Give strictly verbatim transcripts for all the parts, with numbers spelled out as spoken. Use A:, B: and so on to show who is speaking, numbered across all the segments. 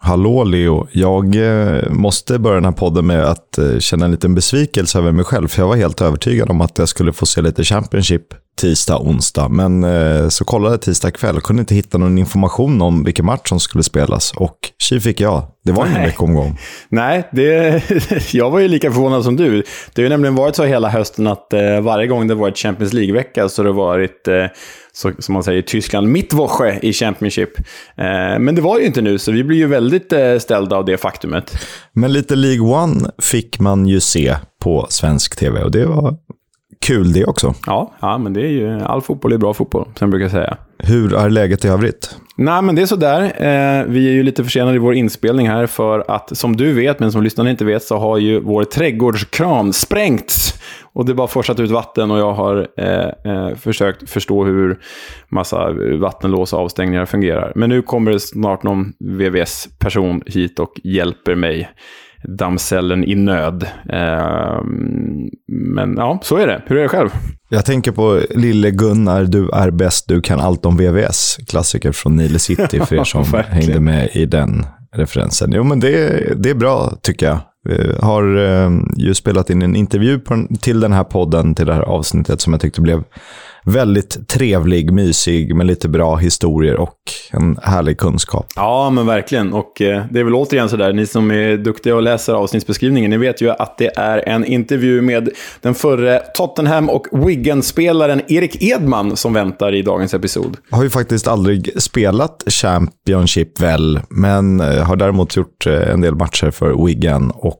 A: Hallå Leo, jag eh, måste börja den här podden med att eh, känna en liten besvikelse över mig själv. För jag var helt övertygad om att jag skulle få se lite Championship tisdag, onsdag. Men eh, så kollade jag tisdag kväll och kunde inte hitta någon information om vilken match som skulle spelas. Och tji fick jag. Det var ingen veckomgång.
B: Nej, det, jag var ju lika förvånad som du. Det har ju nämligen varit så hela hösten att eh, varje gång det varit Champions League-vecka så har det varit... Eh, Så, som man säger i Tyskland, Mittwoche i Championship. Eh, men det var ju inte nu, så vi blir ju väldigt eh, ställda av det faktumet.
A: Men lite League One fick man ju se på svensk tv och det var kul det också.
B: Ja, ja men det är ju, all fotboll är bra fotboll, som jag brukar säga.
A: Hur är läget i övrigt?
B: Nej, men det är så där. Eh, vi är ju lite försenade i vår inspelning här för att, som du vet, men som lyssnarna inte vet, så har ju vår trädgårdskran sprängts. Och det bara forsat ut vatten och jag har eh, eh, försökt förstå hur massa vattenlås och avstängningar fungerar. Men nu kommer det snart någon V V S-person hit och hjälper mig. Dammcellen i nöd. Eh, men ja, så är det. Hur är det själv?
A: Jag tänker på Lille Gunnar, du är bäst, du kan allt om V V S. Klassiker från Nile City för er som hängde med i den referensen. Jo, men det, det är bra tycker jag. Vi har eh, ju spelat in en intervju på, till den här podden, till det här avsnittet som jag tyckte blev väldigt trevlig, mysig med lite bra historier och en härlig kunskap.
B: Ja, men verkligen. Och eh, det är väl återigen så där, ni som är duktiga och läser avsnittsbeskrivningen, ni vet ju att det är en intervju med den förre Tottenham och Wigan-spelaren Erik Edman som väntar i dagens episod.
A: Jag har ju faktiskt aldrig spelat Championship väl, men har däremot gjort en del matcher för Wigan och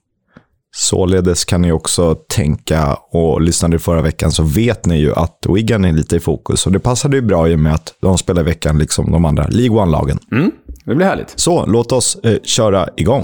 A: således kan ni också tänka, och lyssnade förra veckan så vet ni ju att Wigan är lite i fokus. Och det passade ju bra i och med att de spelar i veckan liksom de andra League One-lagen.
B: Mm, det blir härligt.
A: Så låt oss eh, köra igång.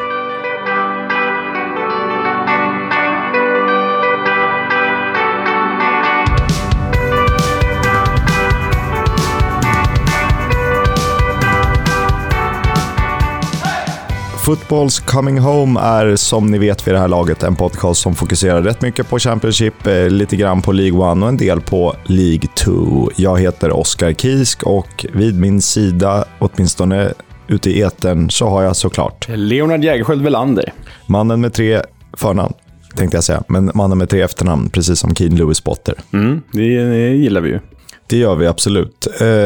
A: Football's Coming Home är, som ni vet vid det här laget, en podcast som fokuserar rätt mycket på Championship, lite grann på League One och en del på League Two. Jag heter Oskar Kisk och vid min sida, åtminstone ute i etern, så har jag såklart
B: Leonard Jägerskiöld Welander.
A: Mannen med tre förnamn, tänkte jag säga, men mannen med tre efternamn, precis som Keane Lewis Potter.
B: Mm, det, det gillar vi ju.
A: Det gör vi absolut.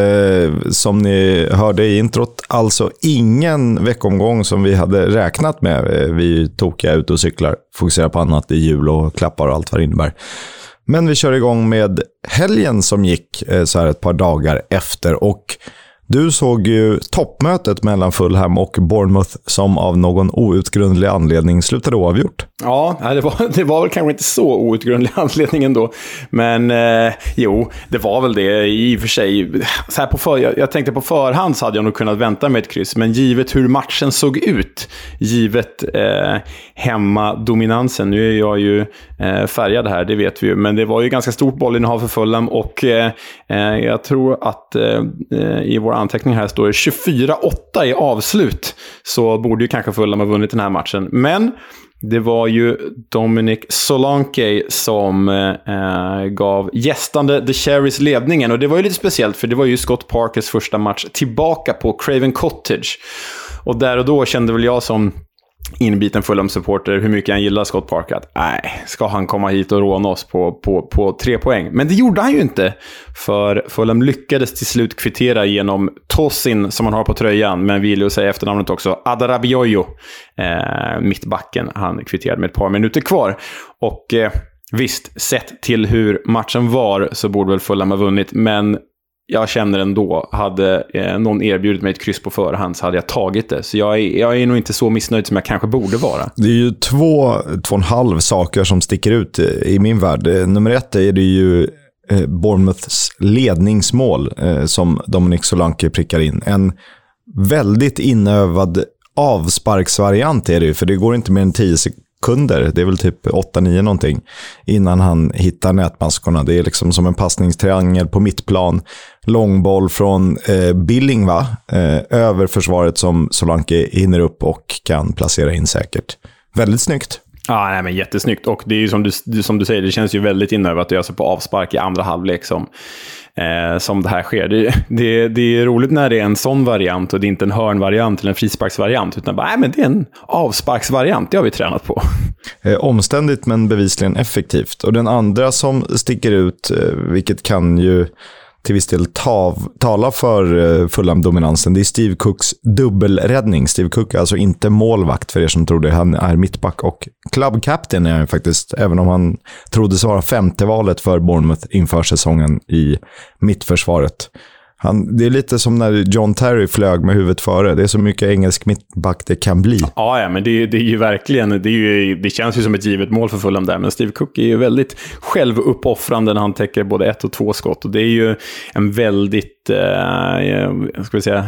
A: Eh, som ni hörde i introt, alltså ingen veckomgång som vi hade räknat med. Vi tokiga ut och cyklar, fokuserar på annat i jul och klappar och allt vad det innebär. Men vi kör igång med helgen som gick eh, så här ett par dagar efter, och du såg ju toppmötet mellan Fulham och Bournemouth som av någon outgrundlig anledning slutade oavgjort.
B: Ja, det var, det var väl kanske inte så outgrundlig anledning ändå. Men eh, jo, det var väl det i och för sig. Så här på för, jag, jag tänkte på förhand så hade jag nog kunnat vänta med ett kryss. Men givet hur matchen såg ut, givet eh, hemmadominansen. Nu är jag ju eh, färgad här, det vet vi ju. Men det var ju ganska stort bollinnehav för Fulham. Och eh, jag tror att eh, i vår anteckning här står det tjugofyra åtta i avslut. Så borde ju kanske Fulham ha vunnit den här matchen. Men det var ju Dominic Solanke som eh, gav gästande The Cherries ledningen. Och det var ju lite speciellt, för det var ju Scott Parkers första match tillbaka på Craven Cottage. Och där och då kände väl jag som inbiten Fulham-supporter hur mycket han gillar Scott Parker, att nej, ska han komma hit och råna oss på, på, på tre poäng. Men det gjorde han ju inte, för Fulham lyckades till slut kvittera genom Tosin som han har på tröjan, men vill ju säga efternamnet också, Adarabioyo, eh, mittbacken. Han kvitterade med ett par minuter kvar. Och eh, visst, sett till hur matchen var så borde väl Fulham ha vunnit, men jag känner ändå, hade eh, någon erbjudit mig ett kryss på förhand så hade jag tagit det. Så jag är, jag är nog inte så missnöjd som jag kanske borde vara.
A: Det är ju två, två och en halv saker som sticker ut i min värld. Nummer ett är det ju eh, Bournemouths ledningsmål eh, som Dominic Solanke prickar in. En väldigt inövad avsparksvariant är det ju, för det går inte mer än tio sekunder. Kunder, det är väl typ åtta nio någonting innan han hittar nätmaskorna. Det är liksom som en passningstriangel på mittplan, långboll från eh, Billing va? Eh, över försvaret som Solanke hinner upp och kan placera in säkert. Väldigt snyggt.
B: Ja, nej, men jättesnyggt. Och det är ju som du, som du säger, det känns ju väldigt inövat att göra sig på avspark i andra halvlek som eh, som det här sker. Det, det, det är roligt när det är en sån variant och det är inte en hörnvariant eller en frisparksvariant, utan bara, nej, men det är en avsparksvariant, det har vi tränat på.
A: Eh, omständigt men bevisligen effektivt. Och den andra som sticker ut, eh, vilket kan ju till viss del tav, tala för uh, Fulham-dominansen. Det är Steve Cooks dubbelräddning. Steve Cook är alltså inte målvakt för er som trodde. Han är mittback och club captain är han faktiskt, även om han trodde sig vara femte valet för Bournemouth inför säsongen i mittförsvaret. Han, det är lite som när John Terry flög med huvudet före. Det är så mycket engelsk mittback det kan bli.
B: Ja, ja men det, det är ju verkligen, det, är ju, det känns ju som ett givet mål för Fulham där. Men Steve Cook är ju väldigt självuppoffrande när han täcker både ett och två skott. Och det är ju en väldigt, eh, ska vi säga,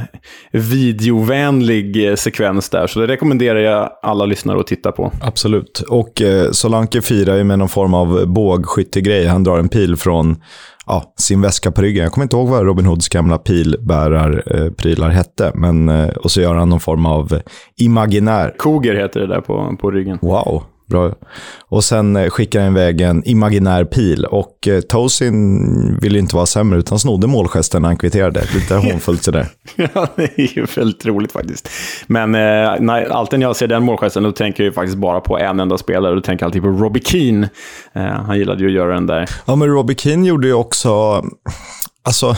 B: videovänlig sekvens där. Så det rekommenderar jag alla lyssnare att titta på.
A: Absolut. Och eh, Solanke firar ju med någon form av bågskyttegrej. Han drar en pil från ja, sin väska på ryggen. Jag kommer inte ihåg vad Robin Hoods gamla pilbärarprylar eh, hette. Men, eh, och så gör han någon form av imaginär.
B: Koger heter det där på, på ryggen.
A: Wow, bra. Och sen eh, skickar han iväg en imaginär pil. Och eh, Tosin ville inte vara sämre utan snodde målgesten när han kvitterade. Lite hånfullt sådär.
B: Ja, det är ju väldigt roligt faktiskt. Men eh, när, alltid när jag ser den målgesten då tänker jag ju faktiskt bara på en enda spelare. Då tänker jag alltid på Robbie Keane. Eh, han gillade ju att göra den där.
A: Ja, men Robbie Keane gjorde ju också alltså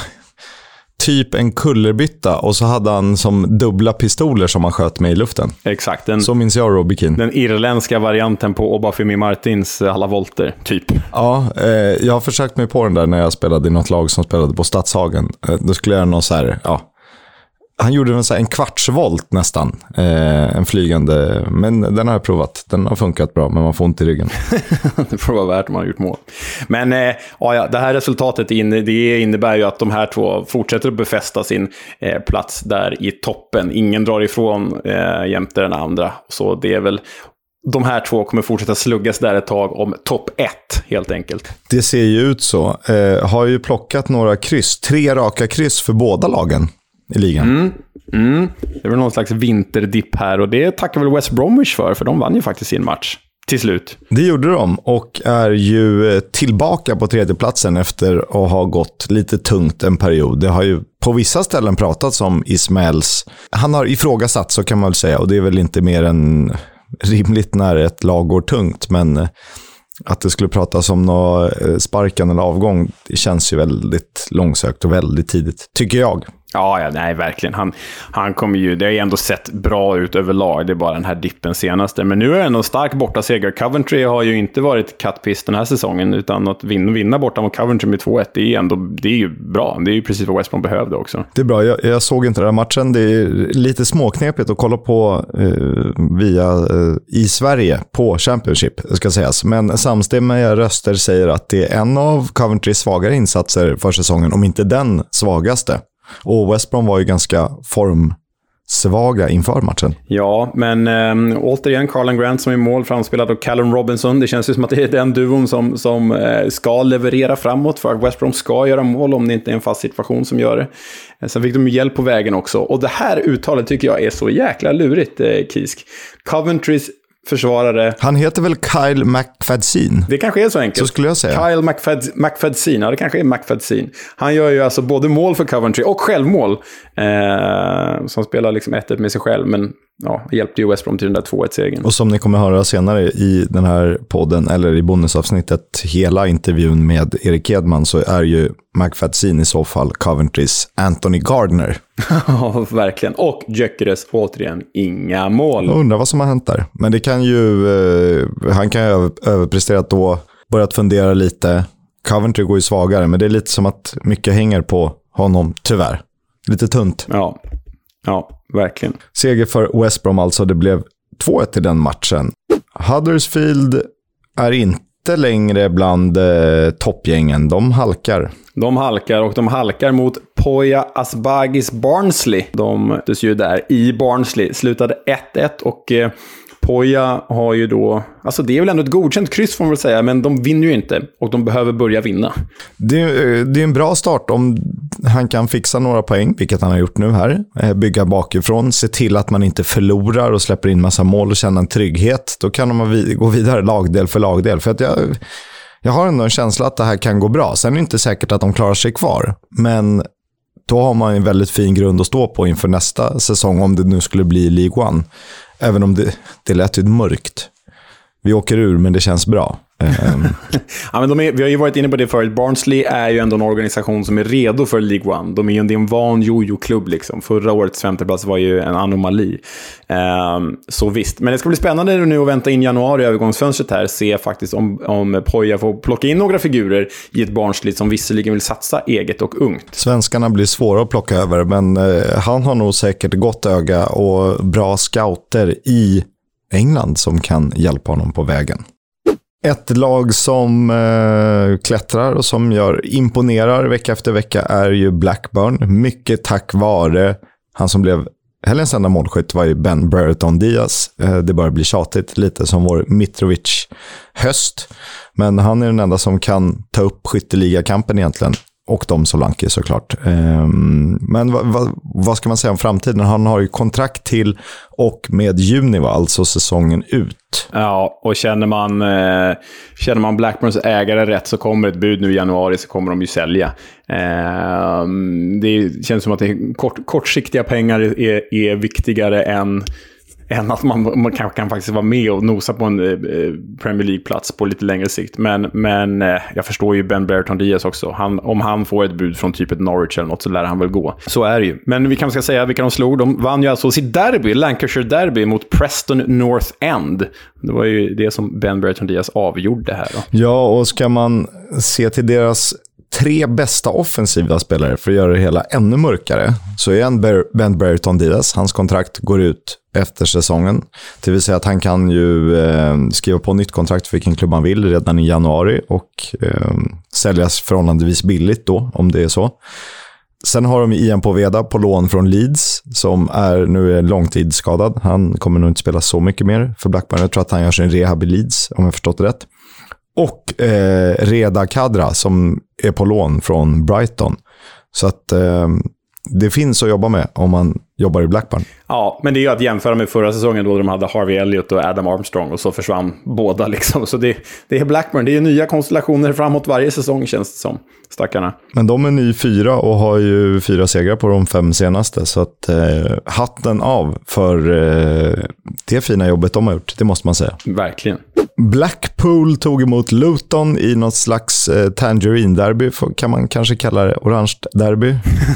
A: typ en kullerbytta och så hade han som dubbla pistoler som han sköt med i luften.
B: Exakt. Den,
A: så minns jag Robbie Keane.
B: Den irländska varianten på Obafemi Martins alla volter, typ.
A: Ja, eh, jag har försökt mig på den där när jag spelade i något lag som spelade på Stadshagen. Eh, då skulle jag göra någon så här, ja. Han gjorde en, så här, en kvartsvolt nästan, eh, en flygande, men den har jag provat. Den har funkat bra, men man får ont i ryggen.
B: Det får vara värt om man har gjort mål. Men eh, ja, det här resultatet in, det innebär ju att de här två fortsätter att befästa sin eh, plats där i toppen. Ingen drar ifrån eh, jämte den andra. Så det är väl, de här två kommer fortsätta sluggas där ett tag om topp ett, helt enkelt.
A: Det ser ju ut så. Eh, har ju plockat några kryss, tre raka kryss för båda lagen i ligan.
B: Mm, mm. Det är väl någon slags vinterdipp här och det tackar väl West Bromwich för, för de vann ju faktiskt sin match till slut.
A: Det gjorde de och är ju tillbaka på tredjeplatsen efter att ha gått lite tungt en period. Det har ju på vissa ställen pratats om Ismails. Han har ifrågasatt, så kan man väl säga, och det är väl inte mer än rimligt när ett lag går tungt, men att det skulle pratas om någon sparkan eller avgång, det känns ju väldigt långsökt och väldigt tidigt, tycker jag.
B: Ja, ja, nej, verkligen. Han, han kommer ju, det har ju ändå sett bra ut överlag. Det är bara den här dippen senaste. Men nu är det ändå en stark bortaseger. Coventry har ju inte varit kattpiss den här säsongen, utan att vinna, vinna borta mot Coventry med två ett, det är, ändå, det är ju bra. Det är ju precis vad West Brom behövde också. Det
A: är bra. Jag, jag såg inte den här matchen. Det är lite småknepigt att kolla på eh, via eh, i Sverige på Championship, ska sägas. Men samstämmiga röster säger att det är en av Coventrys svagare insatser för säsongen, om inte den svagaste. Och West Brom var ju ganska formsvaga inför matchen.
B: Ja, men ähm, återigen Karlan Grant som är mål, framspelad av Callum Robinson. Det känns ju som att det är den duon som, som äh, ska leverera framåt för att West Brom ska göra mål om det inte är en fast situation som gör det. Sen fick de hjälp på vägen också. Och det här uttalet tycker jag är så jäkla lurigt, äh, Kisk. Coventrys försvarare.
A: Han heter väl Kyle McFadzean?
B: Det kanske är så enkelt.
A: Så skulle jag säga.
B: Kyle McFad- McFadzean, ja det kanske är McFadzean. Han gör ju alltså både mål för Coventry och självmål. Eh, som spelar liksom ett ett med sig själv, men ja, hjälpte ju West Brom till den där två ett-segern.
A: Och som ni kommer höra senare i den här podden, eller i bonusavsnittet, hela intervjun med Erik Edman, så är ju McFadzean i så fall Coventrys Anthony Gardner.
B: Ja, verkligen. Och Gyökeres återigen inga mål.
A: Jag undrar vad som har hänt där. Men det kan ju, eh, han kan ju ha överpresterat då, börjat fundera lite. Coventry går ju svagare, men det är lite som att mycket hänger på honom, tyvärr. Lite tunt.
B: Ja, ja, verkligen.
A: Seger för West Brom alltså, det blev två ett i den matchen. Huddersfield är inte längre bland eh, toppgängen, de halkar.
B: De halkar och de halkar mot Poya Asbagis Barnsley. De möttes ju där i Barnsley, slutade ett ett och eh, Poya har ju då, alltså det är väl ändå ett godkänt kryss får man väl säga, men de vinner ju inte och de behöver börja vinna.
A: Det, det är en bra start om han kan fixa några poäng, vilket han har gjort nu här. Bygga bakifrån, se till att man inte förlorar och släpper in massa mål och känna en trygghet. Då kan de gå vidare lagdel för lagdel. För att jag, jag har ändå en känsla att det här kan gå bra. Sen är det inte säkert att de klarar sig kvar. Men då har man en väldigt fin grund att stå på inför nästa säsong, om det nu skulle bli League One. Även om det, det lät ju mörkt. Vi åker ur, men det känns bra.
B: Ja, men de är, vi har ju varit inne på det förut. Barnsley är ju ändå en organisation som är redo för League One. De är ju en, en van jojo-klubb liksom. Förra årets femteplats var ju en anomali. Um, så visst. Men det ska bli spännande nu att vänta in januari övergångsfönstret här. Se faktiskt om, om Poja får plocka in några figurer i ett Barnsley som visserligen vill satsa eget och ungt.
A: Svenskarna blir svåra att plocka över, men eh, han har nog säkert gott öga och bra scouter i England som kan hjälpa honom på vägen. Ett lag som eh, klättrar och som gör imponerar vecka efter vecka är ju Blackburn. Mycket tack vare han som blev helgens enda målskytt var ju Ben Brereton Diaz. Eh, det börjar bli tjatigt, lite som vår Mitrovic höst. Men han är den enda som kan ta upp skytteligakampen egentligen. Och de Solanke såklart. Um, men va, va, vad ska man säga om framtiden? Han har ju kontrakt till och med juni var alltså säsongen ut.
B: Ja, och känner man, eh, känner man Blackburns ägare rätt så kommer ett bud nu i januari, så kommer de ju sälja. Eh, det känns som att det är kort, kortsiktiga pengar är, är viktigare än... än att man, man kan, kan faktiskt vara med och nosa på en eh, Premier League-plats på lite längre sikt. Men, men eh, jag förstår ju Ben Brereton Diaz också. Han, om han får ett bud från typ ett Norwich eller något så lär han väl gå. Så är det ju. Men vi kan ska säga vilka de slog. De vann ju alltså sitt derby, Lancashire Derby, mot Preston North End. Det var ju det som Ben Brereton Diaz avgjorde här då.
A: Ja, och ska man se till deras tre bästa offensiva spelare för att göra det hela ännu mörkare, så är en Ben Brereton Diaz, hans kontrakt går ut efter säsongen. Det vill säga att han kan ju eh, skriva på nytt kontrakt för vilken klubb han vill redan i januari och eh, säljas förhållandevis billigt då, om det är så. Sen har de Ian Poveda på lån från Leeds som är nu är långtidsskadad. Han kommer nog inte spela så mycket mer för Blackburn. Jag tror att han gör sin rehab i Leeds, om jag förstått det rätt. Och eh, Reda Kadra som är på lån från Brighton. Så att eh, det finns att jobba med om man jobbar i Blackburn.
B: Ja, men det är ju att jämföra med förra säsongen då de hade Harvey Elliott och Adam Armstrong och så försvann båda liksom. Så det, det är Blackburn. Det är nya konstellationer framåt varje säsong, känns det som. Stackarna.
A: Men de är ny fyra och har ju fyra segrar på de fem senaste. Så att eh, hatten av för eh, det fina jobbet de har gjort. Det måste man säga.
B: Verkligen.
A: Blackpool tog emot Luton i något slags eh, tangerine-derby. Kan man kanske kalla det orange derby.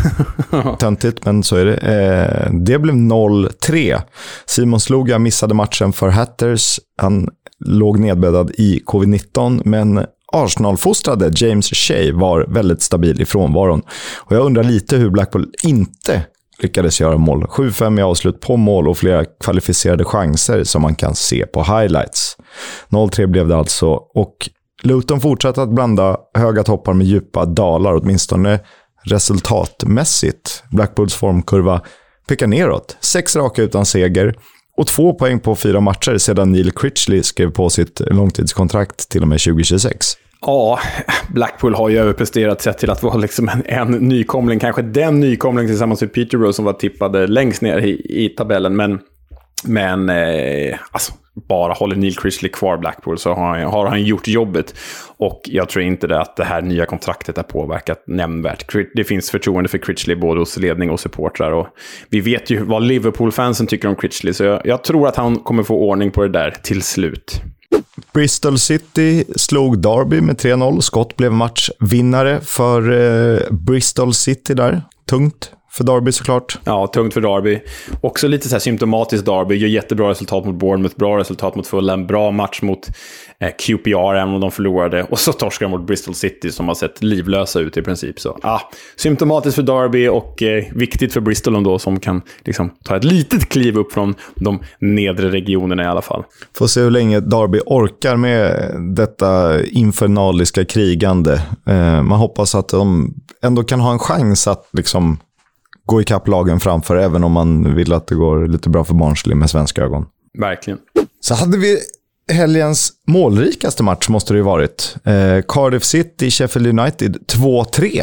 A: Töntigt, men så är det. Eh, det blev noll tre. Simon Sloga missade matchen för Hatters. Han låg nedbäddad i covid nitton, men Arsenal-fostrade James Shea var väldigt stabil i frånvaron. Och jag undrar lite hur Blackpool inte lyckades göra mål. sju fem i avslut på mål och flera kvalificerade chanser som man kan se på highlights. noll tre blev det alltså, och Luton fortsatte att blanda höga toppar med djupa dalar, åtminstone resultatmässigt. Blackpools formkurva pekar neråt. Sex raka utan seger och två poäng på fyra matcher sedan Neil Critchley skrev på sitt långtidskontrakt till och med tjugo tjugosex.
B: Ja, Blackpool har ju överpresterat sett till att vara liksom en, en nykomling, kanske den nykomling tillsammans med Peterborough som var tippade längst ner i, i tabellen. Men, men eh, alltså, bara håller Neil Critchley kvar Blackpool så har han, har han gjort jobbet. Och jag tror inte det att det här nya kontraktet har påverkat nämnvärt. Det finns förtroende för Critchley både hos ledning och supportrar. Och vi vet ju vad Liverpool-fansen tycker om Critchley, så jag, jag tror att han kommer få ordning på det där till slut.
A: Bristol City slog Derby med tre noll. Scott blev matchvinnare för eh, Bristol City där. Tungt för Derby såklart.
B: Ja, tungt för Derby. Också lite så här symptomatiskt Derby. Gör jättebra resultat mot Bournemouth, bra resultat mot Fulham, bra match mot eh, Q P R även om de förlorade. Och så torskar de mot Bristol City som har sett livlösa ut i princip. Så ah, symptomatiskt för Derby och eh, viktigt för Bristol ändå som kan liksom ta ett litet kliv upp från de nedre regionerna i alla fall.
A: Får se hur länge Derby orkar med detta infernaliska krigande. Eh, man hoppas att de ändå kan ha en chans att liksom gå i kapp lagen framför, även om man vill att det går lite bra för Barnsley med svenska ögon.
B: Verkligen.
A: Så hade vi helgens målrikaste match måste det ju varit. Eh, Cardiff City, Sheffield United två tre.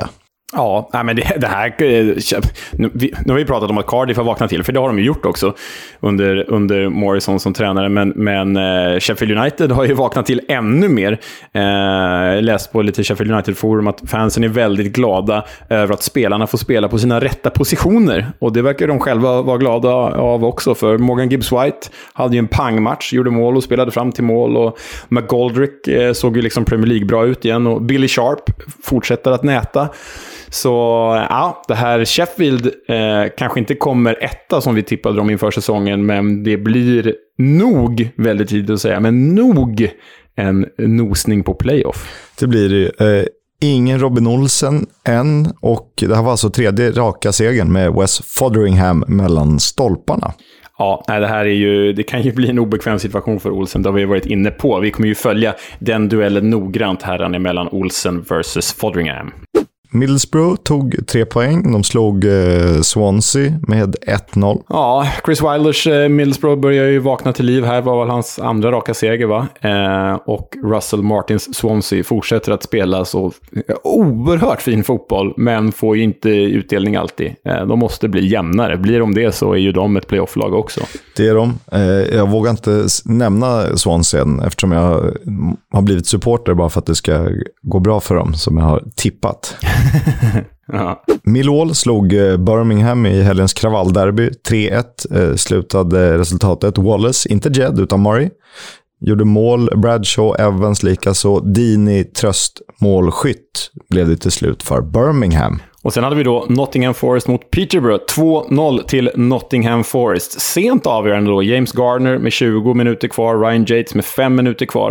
B: Ja, men det, det här... Nu, vi, nu har vi pratat om att Cardiff har vaknat till, för det har de ju gjort också under, under Morrison som tränare. Men, men uh, Sheffield United har ju vaknat till ännu mer. Uh, jag läste på lite Sheffield United-forum att fansen är väldigt glada över att spelarna får spela på sina rätta positioner. Och det verkar de själva vara glada av också, för Morgan Gibbs-White hade ju en pangmatch, gjorde mål och spelade fram till mål. Och McGoldrick uh, såg ju liksom Premier League bra ut igen. Och Billy Sharp fortsätter att näta. Så ja, det här Sheffield eh, kanske inte kommer etta som vi tippade dem inför säsongen, men det blir nog, väldigt tidigt att säga, men nog en nosning på playoff.
A: Det blir det. Eh, ingen Robin Olsen än, och det här var alltså tredje raka segern med Wes Fotheringham mellan stolparna.
B: Ja, det här är ju, det kan ju bli en obekväm situation för Olsen, det har vi varit inne på. Vi kommer ju följa den duellen noggrant här mellan Olsen versus Fotheringham.
A: Middlesbrough tog tre poäng. De slog eh, Swansea med ett noll.
B: Ja, Chris Wilders eh, Middlesbrough börjar ju vakna till liv här. Var väl hans andra raka seger, va? Eh, och Russell Martins Swansea fortsätter att spela så eh, oerhört fin fotboll, men får ju inte utdelning alltid. Eh, de måste bli jämnare. Blir de det så är ju de ett playoff-lag också.
A: Det är de. Eh, jag vågar inte nämna Swansea än, eftersom jag har blivit supporter bara för att det ska gå bra för dem, som jag har tippat.
B: Ja.
A: Millwall slog Birmingham i helgens kravallderby. tre ett eh, slutade resultatet. Wallace, inte Jed utan Murray, gjorde mål. Bradshaw, Evans likaså. Dini, tröstmålskytt blev det till slut för Birmingham.
B: Och sen hade vi då Nottingham Forest mot Peterborough. två noll till Nottingham Forest. Sent avgörande då. James Gardner med tjugo minuter kvar. Ryan Yates med fem minuter kvar.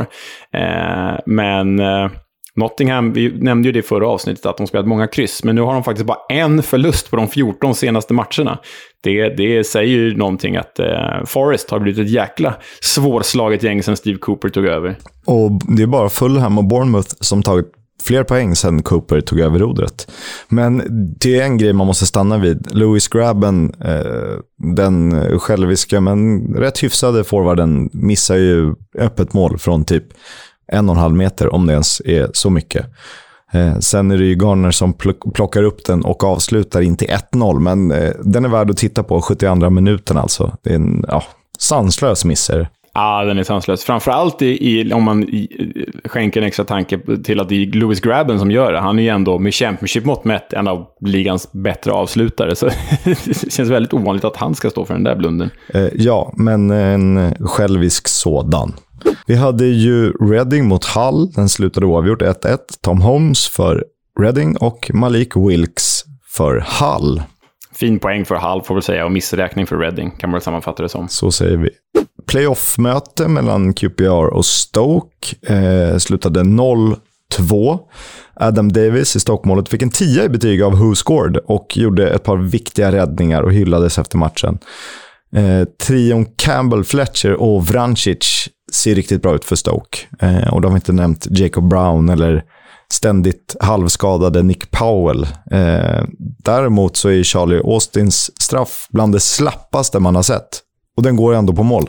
B: Eh, men... Eh, Nottingham, vi nämnde ju det i förra avsnittet att de spelat många kryss, men nu har de faktiskt bara en förlust på de fjorton senaste matcherna. Det, det säger ju någonting att eh, Forest har blivit ett jäkla svårslaget gäng sedan Steve Cooper tog över.
A: Och det är bara Fulham och Bournemouth som tagit fler poäng sedan Cooper tog över rodret. Men det är en grej man måste stanna vid. Lewis Grabben, eh, den själviska men rätt hyfsade forwarden, missar ju öppet mål från typ en och en halv meter, om det ens är så mycket. Eh, sen är det ju Garner som plock- plockar upp den och avslutar in till ett noll, men eh, den är värd att titta på sjuttioandra minuten alltså. Det är en ja, sanslös misser.
B: Ja, den är sanslös. Framförallt i, i, om man i, skänker en extra tanke till att det är Lewis Grabben som gör det. Han är ju ändå med Championship-mått mätt en av ligans bättre avslutare. Så det känns väldigt ovanligt att han ska stå för den där blunden.
A: Eh, ja, men en självisk sådan. Vi hade ju Reading mot Hull. Den slutade oavgjort ett ett. Tom Holmes för Reading och Malik Wilkes för Hull.
B: Fin poäng för Hull får vi säga, och missräkning för Reading kan man sammanfatta det som.
A: Så säger vi. Playoff-möte mellan Q P R och Stoke eh, slutade noll två. Adam Davis i Stoke-målet fick en tia i betyg av Who Scored och gjorde ett par viktiga räddningar och hyllades efter matchen. Eh, trion Campbell, Fletcher och Vrancic ser riktigt bra ut för Stoke. Eh, och de har inte nämnt Jacob Brown eller ständigt halvskadade Nick Powell. Eh, däremot så är Charlie Austins straff bland det slappaste man har sett. Och den går ändå på mål.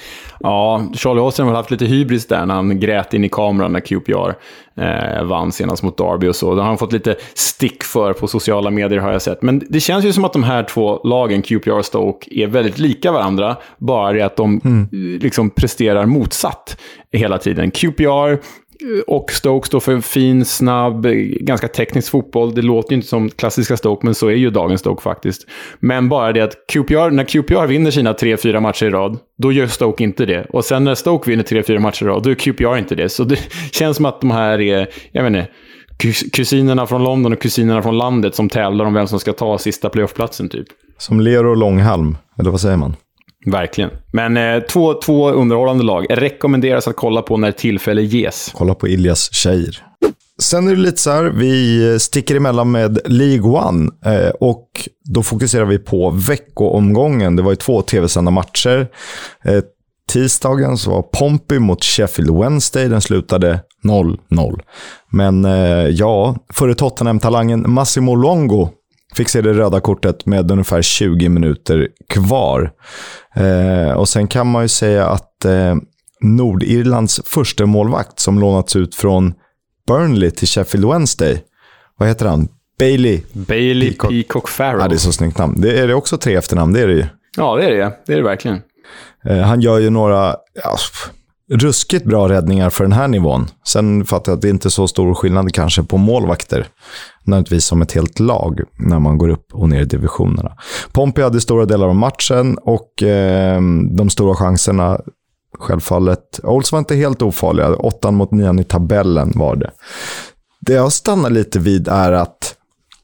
B: Ja, Charlie Austin har haft lite hybris där när han grät in i kameran när Q P R eh, vann senast mot Derby och så. Det har han fått lite stick för på sociala medier, har jag sett. Men det känns ju som att de här två lagen, Q P R och Stoke, är väldigt lika varandra. Bara det att de mm. liksom presterar motsatt hela tiden. Q P R och Stoke står för fin, snabb, ganska teknisk fotboll. Det låter ju inte som klassiska Stoke, men så är ju dagens Stoke faktiskt. Men bara det att Q P R, när Q P R vinner sina tre fyra matcher i rad, då gör Stoke inte det. Och sen när Stoke vinner tre fyra matcher i rad, då är Q P R inte det. Så det känns som att de här är, jag vet inte, kus- kusinerna från London och kusinerna från landet som tävlar om vem som ska ta sista playoffplatsen typ.
A: Som Lero och Långhalm, eller vad säger man?
B: Verkligen. Men eh, två, två underhållande lag rekommenderas att kolla på när tillfälle ges.
A: Kolla på Ilyas tjejer. Sen är det lite så här, vi sticker emellan med League One eh, och då fokuserar vi på veckoomgången. Det var ju två tv-sända matcher. Eh, tisdagen så var Pompey mot Sheffield Wednesday. Den slutade noll noll. Men eh, ja, före Tottenham-talangen Massimo Longo fick se det röda kortet med ungefär tjugo minuter kvar. Eh, och sen kan man ju säga att eh, Nordirlands första målvakt som lånats ut från Burnley till Sheffield Wednesday, vad heter han? Bailey.
B: Bailey Peacock, Peacock Farrell.
A: Ja, det är så snyggt namn. Det är det också tre efternamn, det är det ju.
B: Ja, det är det. Det är det verkligen.
A: Eh, han gör ju några ja, ruskigt bra räddningar för den här nivån. Sen fattar jag att det inte är så stor skillnad kanske på målvakter. Nödvändigtvis som ett helt lag när man går upp och ner i divisionerna. Pompey hade stora delar av matchen och eh, de stora chanserna självfallet. Olds var inte helt ofarliga. Åttan mot nian i tabellen var det. Det jag stannar lite vid är att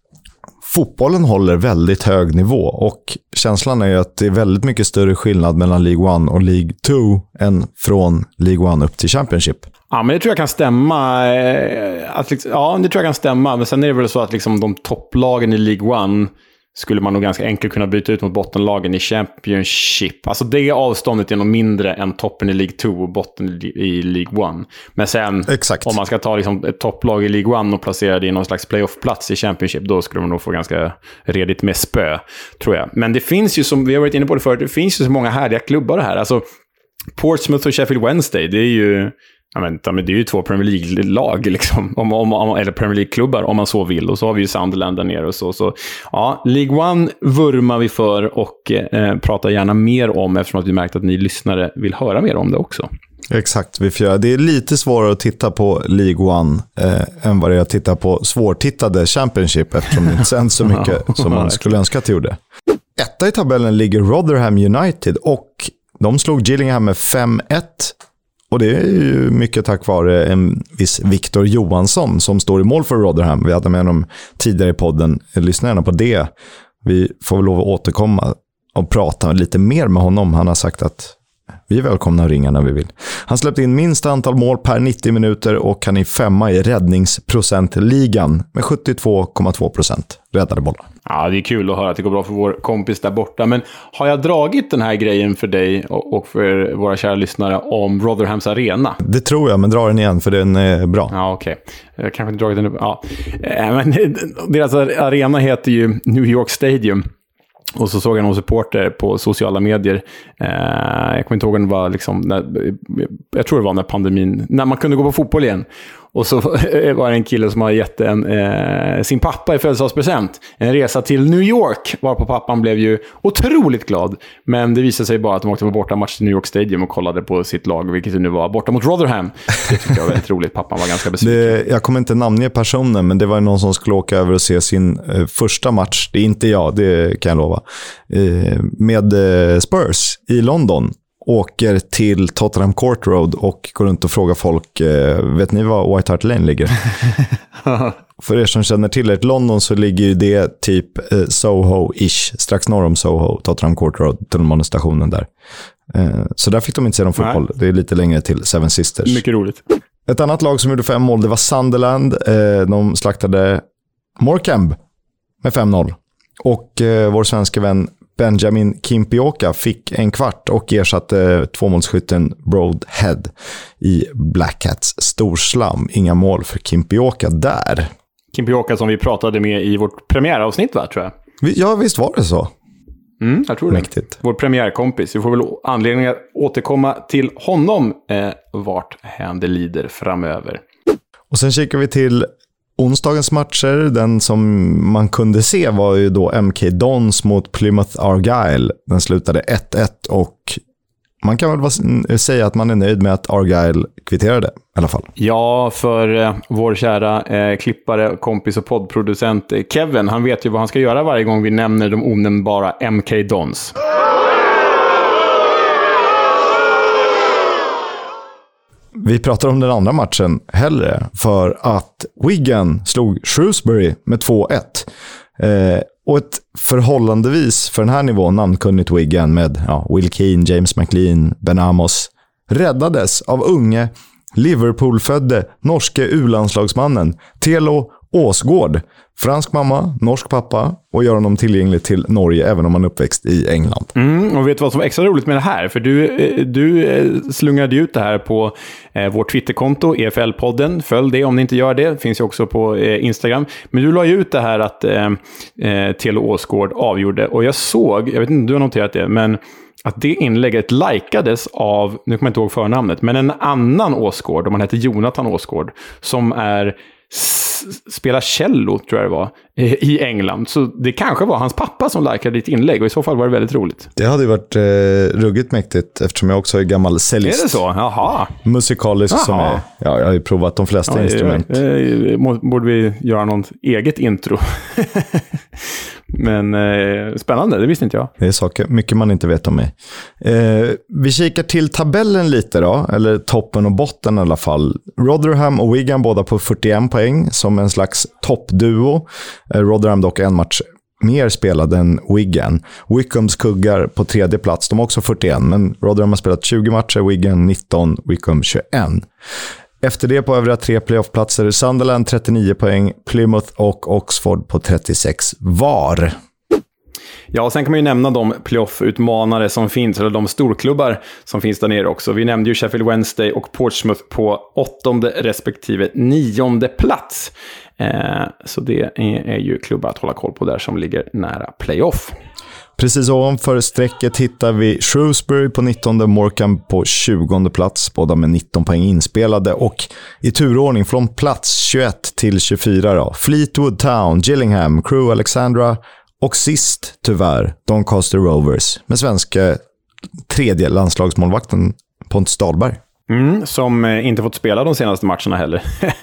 A: fotbollen håller väldigt hög nivå och känslan är ju att det är väldigt mycket större skillnad mellan League One och League Two än från League One upp till Championship.
B: Ja, men det tror jag kan stämma. Att liksom, ja, det tror jag kan stämma. Men sen är det väl så att liksom de topplagen i League One skulle man nog ganska enkelt kunna byta ut mot bottenlagen i Championship. Alltså det avståndet är nog mindre än toppen i League Two och botten i League One. Men sen,
A: exakt.
B: Om man ska ta liksom ett topplag i League One och placera det i någon slags playoff-plats i Championship, då skulle man nog få ganska redigt med spö, tror jag. Men det finns ju, som vi har varit inne på det förut, det finns ju så många härliga klubbar här. Alltså Portsmouth och Sheffield Wednesday, det är ju... Ja, men, det är ju två Premier League-lag, liksom, om, om, om, eller Premier League-klubbar om man så vill. Och så har vi ju Sunderland där nere och så. så ja, League One vurmar vi för och eh, pratar gärna mer om, eftersom att vi märkt att ni lyssnare vill höra mer om det också.
A: Exakt, vi får göra. Det är lite svårare att titta på League One eh, än vad det är att titta på svårtittade Championship, eftersom det inte sänds så mycket som man skulle önska att det gjorde. Etta i tabellen ligger Rotherham United och de slog Gillingham med fem ett. Och det är ju mycket tack vare en viss Victor Johansson som står i mål för Rotherham. Vi hade med honom tidigare i podden. Lyssna gärna på det. Vi får väl lov att återkomma och prata lite mer med honom. Han har sagt att vi är välkomna att ringa när vi vill. Han släppte in minst antal mål per nittio minuter och kan i femma i räddningsprocentligan med sjuttiotvå komma två procent räddade bollar.
B: Ja, det är kul att höra att det går bra för vår kompis där borta. Men har jag dragit den här grejen för dig och för våra kära lyssnare om Rotherhams arena?
A: Det tror jag, men dra den igen för den är bra.
B: Ja, okej. Okay. Jag kanske inte dragit den upp. Ja. Men deras arena heter ju New York Stadium. Och så såg jag någon supporter på sociala medier. Eh, jag kommer inte ihåg om det var liksom, när, jag tror det var när pandemin, när man kunde gå på fotboll igen. Och så var det en kille som har gett en, eh, sin pappa i födelsedagspresent en resa till New York, varpå pappan blev ju otroligt glad. Men det visade sig bara att de åkte på borta match till New York Stadium och kollade på sitt lag, vilket nu var borta mot Rotherham. Det tyckte jag var väldigt roligt. Pappan var ganska besviken.
A: Det, jag kommer inte namnge personen, men det var någon som skulle åka över och se sin eh, första match. Det är inte jag, det kan jag lova. Eh, med eh, Spurs i London. Åker till Tottenham Court Road och går runt och frågar folk, eh, vet ni var White Hart Lane ligger? För er som känner till ert London så ligger ju det typ eh, Soho-ish, strax norr om Soho, Tottenham Court Road, tunnelbanestationen där. Eh, så där fick de inte se någon fotboll. Nej. Det är lite längre till Seven Sisters.
B: Mycket roligt.
A: Ett annat lag som gjorde fem mål, det var Sunderland. Eh, de slaktade Morecambe med fem noll. Och eh, vår svenska vän Benjamin Kimpioka fick en kvart och ersatte tvåmålsskytten Broadhead i Black Cats storslam. Inga mål för Kimpioka där.
B: Kimpioka som vi pratade med i vårt premiäravsnitt, va, tror jag.
A: Ja, visst var det så.
B: Mm, jag tror det.
A: Mäktigt.
B: Vår premiärkompis. Vi får väl anledning att återkomma till honom eh, vart hän det lider framöver. Och
A: sen kikar vi till onsdagens matcher. Den som man kunde se var ju då M K Dons mot Plymouth Argyle. Den slutade ett ett och man kan väl säga att man är nöjd med att Argyle kvitterade i alla fall.
B: Ja, för eh, vår kära eh, klippare, kompis och poddproducent eh, Kevin, han vet ju vad han ska göra varje gång vi nämner de onämnbara M K Dons.
A: Vi pratar om den andra matchen hellre för att Wigan slog Shrewsbury med två ett. Eh, och ett förhållandevis för den här nivån namnkunnigt Wigan med ja, Will Keane, James McLean, Ben Amos räddades av unge Liverpool-födde norske u-landslagsmannen Telo Åsgård. Fransk mamma, norsk pappa och gör honom tillgänglig till Norge även om han är uppväxt i England.
B: Mm, och vet du vad som är extra roligt med det här? För du, du slungade ut det här på eh, vårt Twitterkonto, E F L-podden. Följ det om ni inte gör det. Det finns ju också på eh, Instagram. Men du la ju ut det här att eh, eh, Telo Åsgård avgjorde. Och jag såg, jag vet inte om du har noterat det, men att det inlägget likades av, nu kommer jag inte ihåg förnamnet, men en annan Åsgård, om man heter Jonathan Åsgård, som är s- spela cello, tror jag det var, i England. Så det kanske var hans pappa som likade ditt inlägg, och i så fall var det väldigt roligt.
A: Det hade ju varit eh, ruggigt mäktigt, eftersom jag också är gammal cellist.
B: Är det så? Jaha.
A: Musikalisk
B: Jaha.
A: som är... Ja, jag har ju provat de flesta
B: Ja,
A: instrument.
B: eh, eh, borde vi göra något eget intro? Men eh, spännande, det visste inte jag.
A: Det är saker, mycket man inte vet om mig. Eh, vi kikar till tabellen lite då, eller toppen och botten i alla fall. Rotherham och Wigan båda på fyrtioen poäng som en slags toppduo. Eh, Rotherham dock en match mer spelad än Wigan. Wickhams kuggar på tredje plats, de har också fyrtioen, men Rotherham har spelat tjugo matcher, Wigan nitton, Wickham tjugoen. Efter det på övriga tre playoffplatser Sunderland trettionio poäng, Plymouth och Oxford på trettiosex var.
B: Ja, och sen kan man ju nämna de playoff-utmanare som finns, eller de storklubbar som finns där nere också. Vi nämnde ju Sheffield Wednesday och Portsmouth på åttonde respektive nionde plats. Eh, så det är, är ju klubbar att hålla koll på där som ligger nära playoff.
A: Precis ovanför strecket hittar vi Shrewsbury på nittonde, Morecambe på tjugonde plats, båda med nitton poäng inspelade, och i turordning från plats tjugoett till tjugofyra då. Fleetwood Town, Gillingham, Crewe Alexandra och sist tyvärr Doncaster Rovers med svenska tredje landslagsmålvakten Pontus Dahlberg.
B: Mm, som inte fått spela de senaste matcherna heller.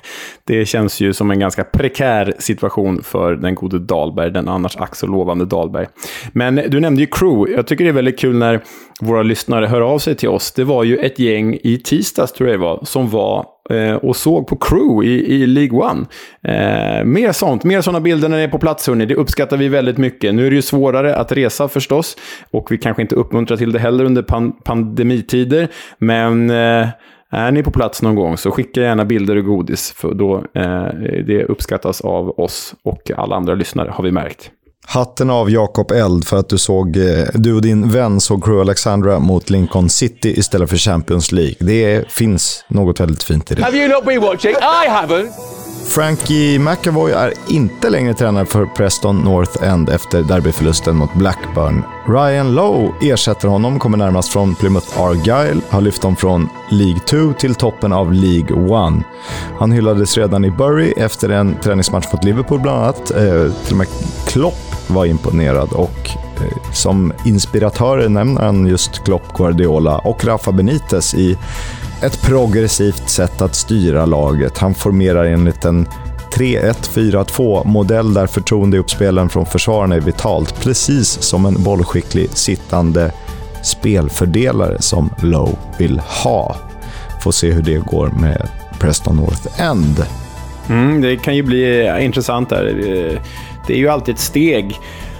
B: Det känns ju som en ganska prekär situation för den gode Dahlberg, den annars ack så lovande Dahlberg. Men du nämnde ju Crewe. Jag tycker det är väldigt kul när våra lyssnare hör av sig till oss. Det var ju ett gäng i tisdags, tror jag det var, som var eh, och såg på Crewe i, i League One. Eh, mer sånt, mer sådana bilder när det är på plats, hörni. Det uppskattar vi väldigt mycket. Nu är det ju svårare att resa förstås, och vi kanske inte uppmuntrar till det heller under pan- pandemitider, men eh, är ni på plats någon gång så skicka gärna bilder och godis, för då eh, det uppskattas av oss och alla andra lyssnare, har vi märkt.
A: Hatten av Jakob Eld för att du såg, du och din vän såg Crewe Alexandra mot Lincoln City istället för Champions League. Det finns något väldigt fint i det.
C: Have you not been watching? I haven't.
A: Frankie McAvoy är inte längre tränare för Preston North End efter derbyförlusten mot Blackburn. Ryan Lowe ersätter honom, kommer närmast från Plymouth Argyle, har lyft dem från League två till toppen av League ett. Han hyllades redan i Bury efter en träningsmatch mot Liverpool bland annat. Eh, till och med Klopp var imponerad, och eh, som inspiratörer nämner han just Klopp, Guardiola och Rafa Benitez i ett progressivt sätt att styra laget. Han formerar enligt en tre ett fyra två modell där förtroende i uppspelen från försvararna är vitalt, precis som en bollskicklig sittande spelfördelare som Lowe vill ha. Får se hur det går med Preston North End.
B: Mm, det kan ju bli intressant där. Det är ju alltid ett steg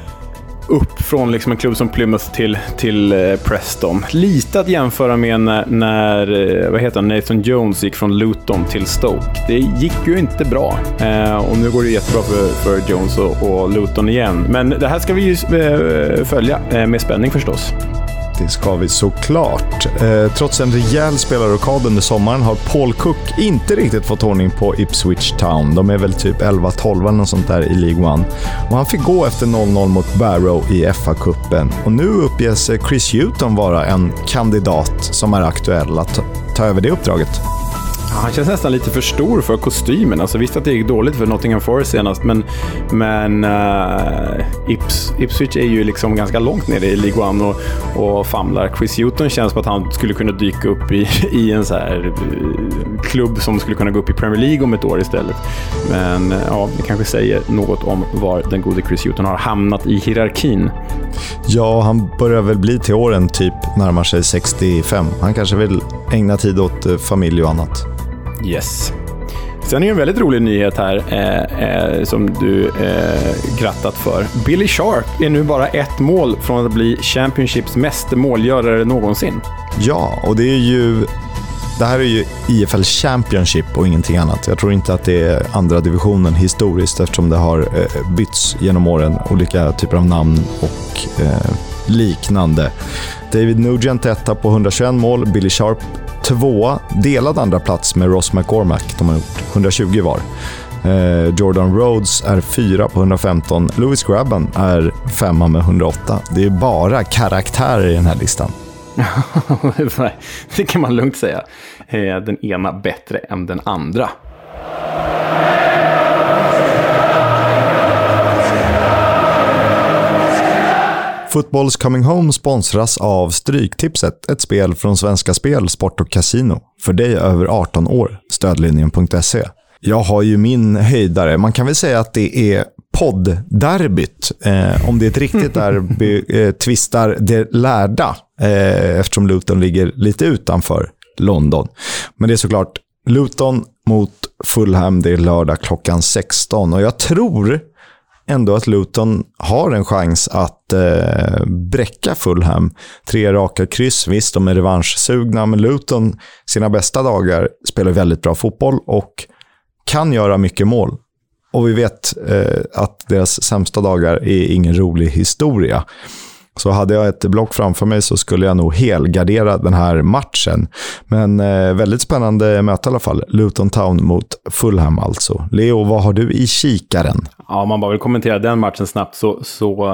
B: upp från liksom en klubb som Plymouth till, till eh, Preston. Lite att jämföra med när, när eh, vad heter han, Nathan Jones gick från Luton till Stoke. Det gick ju inte bra. Eh, och nu går det jättebra för, för Jones och, och Luton igen. Men det här ska vi ju eh, följa eh, med spänning förstås.
A: Det ska vi såklart. Eh, trots en rejäl spelarrokad under sommaren har Paul Cook inte riktigt fått ordning på Ipswich Town. De är väl typ elva tolv eller något sånt där i League ett. Och han fick gå efter noll noll mot Barrow i F A-cupen. Och nu uppges Chris Hughton vara en kandidat som är aktuell att ta över det uppdraget.
B: Han känns nästan lite för stor för kostymen. Alltså visst att det gick dåligt för Nottingham Forest senast, men, men uh, Ips, Ipswich är ju liksom ganska långt nere i League ett och, och famlar. Chris Hughton känns som att han skulle kunna dyka upp i, i en så här uh, klubb som skulle kunna gå upp i Premier League om ett år istället. Men uh, ja, det kanske säger något om var den gode Chris Hughton har hamnat i hierarkin.
A: Ja, han börjar väl bli till åren typ närmar sig sextiofem. Han kanske vill ägna tid åt uh, familj och annat.
B: Yes. Sen är det en väldigt rolig nyhet här eh, eh, som du eh, grattat för. Billy Sharp är nu bara ett mål från att bli Championships meste målgörare någonsin.
A: Ja, och det är ju det här är ju I F L Championship och ingenting annat. Jag tror inte att det är andra divisionen historiskt, eftersom det har eh, bytts genom åren, olika typer av namn och eh, liknande. David Nugent etta på hundratjugoett mål, Billy Sharp två, delad andra plats med Ross McCormack. De har gjort hundratjugo var. Eh, Jordan Rhodes är fyra på hundrafemton. Lewis Grabban är femma med hundraåtta. Det är bara karaktärer i den här listan.
B: Det kan man lugnt säga. Den ena bättre än den andra.
A: Football's Coming Home sponsras av Stryktipset, ett spel från Svenska Spel, Sport och Casino. För dig över arton år, stödlinjen punkt se. Jag har ju min höjdare. Man kan väl säga att det är podd-derbyt. Eh, om det är ett riktigt derby eh, tvistar det lärda. Eh, eftersom Luton ligger lite utanför London. Men det är såklart Luton mot Fulham. Det är lördag klockan sexton. Och jag tror ändå att Luton har en chans att eh, bräcka Fulham. Tre raka kryss, visst de är revanschsugna, men Luton sina bästa dagar spelar väldigt bra fotboll och kan göra mycket mål. Och vi vet eh, att deras sämsta dagar är ingen rolig historia. Så hade jag ett block framför mig så skulle jag nog helgardera den här matchen. Men eh, väldigt spännande möte i alla fall. Luton Town mot Fulham alltså. Leo, vad har du i kikaren?
B: Ja, om man bara vill kommentera den matchen snabbt så, så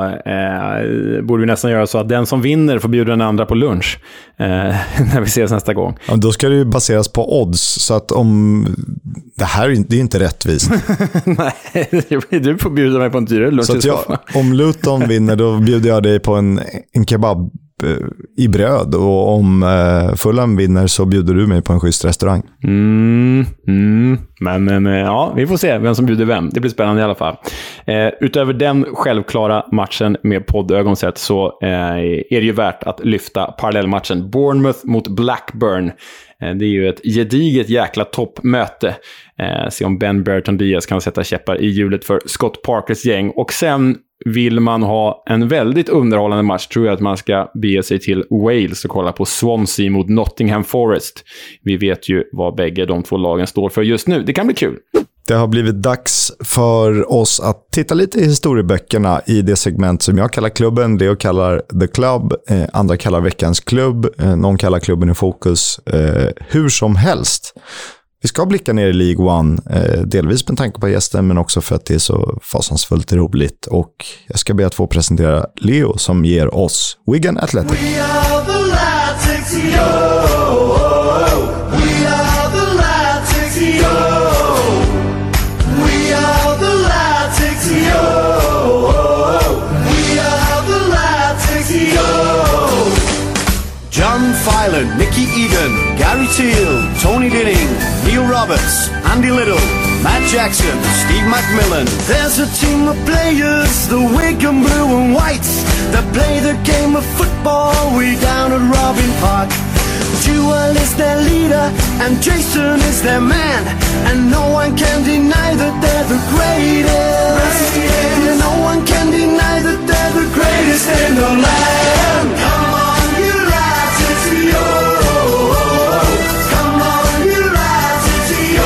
B: eh, borde vi nästan göra så att den som vinner får bjuda den andra på lunch eh, när vi ses nästa gång.
A: Ja, då ska det ju baseras på odds, så att om det här det är inte rättvist.
B: Nej, du får bjuda mig på en dyrare lunch.
A: Så att jag, om Luton vinner då bjuder jag dig på en, en kebab i bröd, och om eh, Fulham vinner så bjuder du mig på en schysst restaurang.
B: Mm, mm. Men, men ja, vi får se vem som bjuder vem. Det blir spännande i alla fall. Eh, utöver den självklara matchen med poddögon sett så eh, är det ju värt att lyfta parallellmatchen Bournemouth mot Blackburn. Eh, det är ju ett gediget jäkla toppmöte. Eh, se om Ben Bertrand Diaz kan sätta käppar i hjulet för Scott Parkers gäng. Och sen vill man ha en väldigt underhållande match, tror jag att man ska bege sig till Wales och kolla på Swansea mot Nottingham Forest. Vi vet ju vad bägge de två lagen står för just nu. Det kan bli kul.
A: Det har blivit dags för oss att titta lite i historieböckerna i det segment som jag kallar klubben. Leo kallar The Club, eh, andra kallar veckans klubb, eh, någon kallar klubben i fokus. Eh, hur som helst. Vi ska blicka ner i League One, eh, delvis med tanke på gästen men också för att det är så fasansfullt roligt. Och jag ska be att få presentera Leo som ger oss Wigan Athletic. We are the Latics, yo! We are the Latics, yo! We are the Latics, yo! We are the Latics, yo! John Filan, Nicky Egan, Gary Teal, Tony Dinning, Neil Roberts, Andy Little, Matt Jackson, Steve McMillan. There's a team of players, the Wigan Blue and Whites, that play the game of football way down at Robin Park. Jewel is their leader and Jason is their man, and no one can deny that they're the greatest. greatest. No one can deny that they're the greatest in the land. Come on, you lads, it's yo. Come on, you lads, it's yo.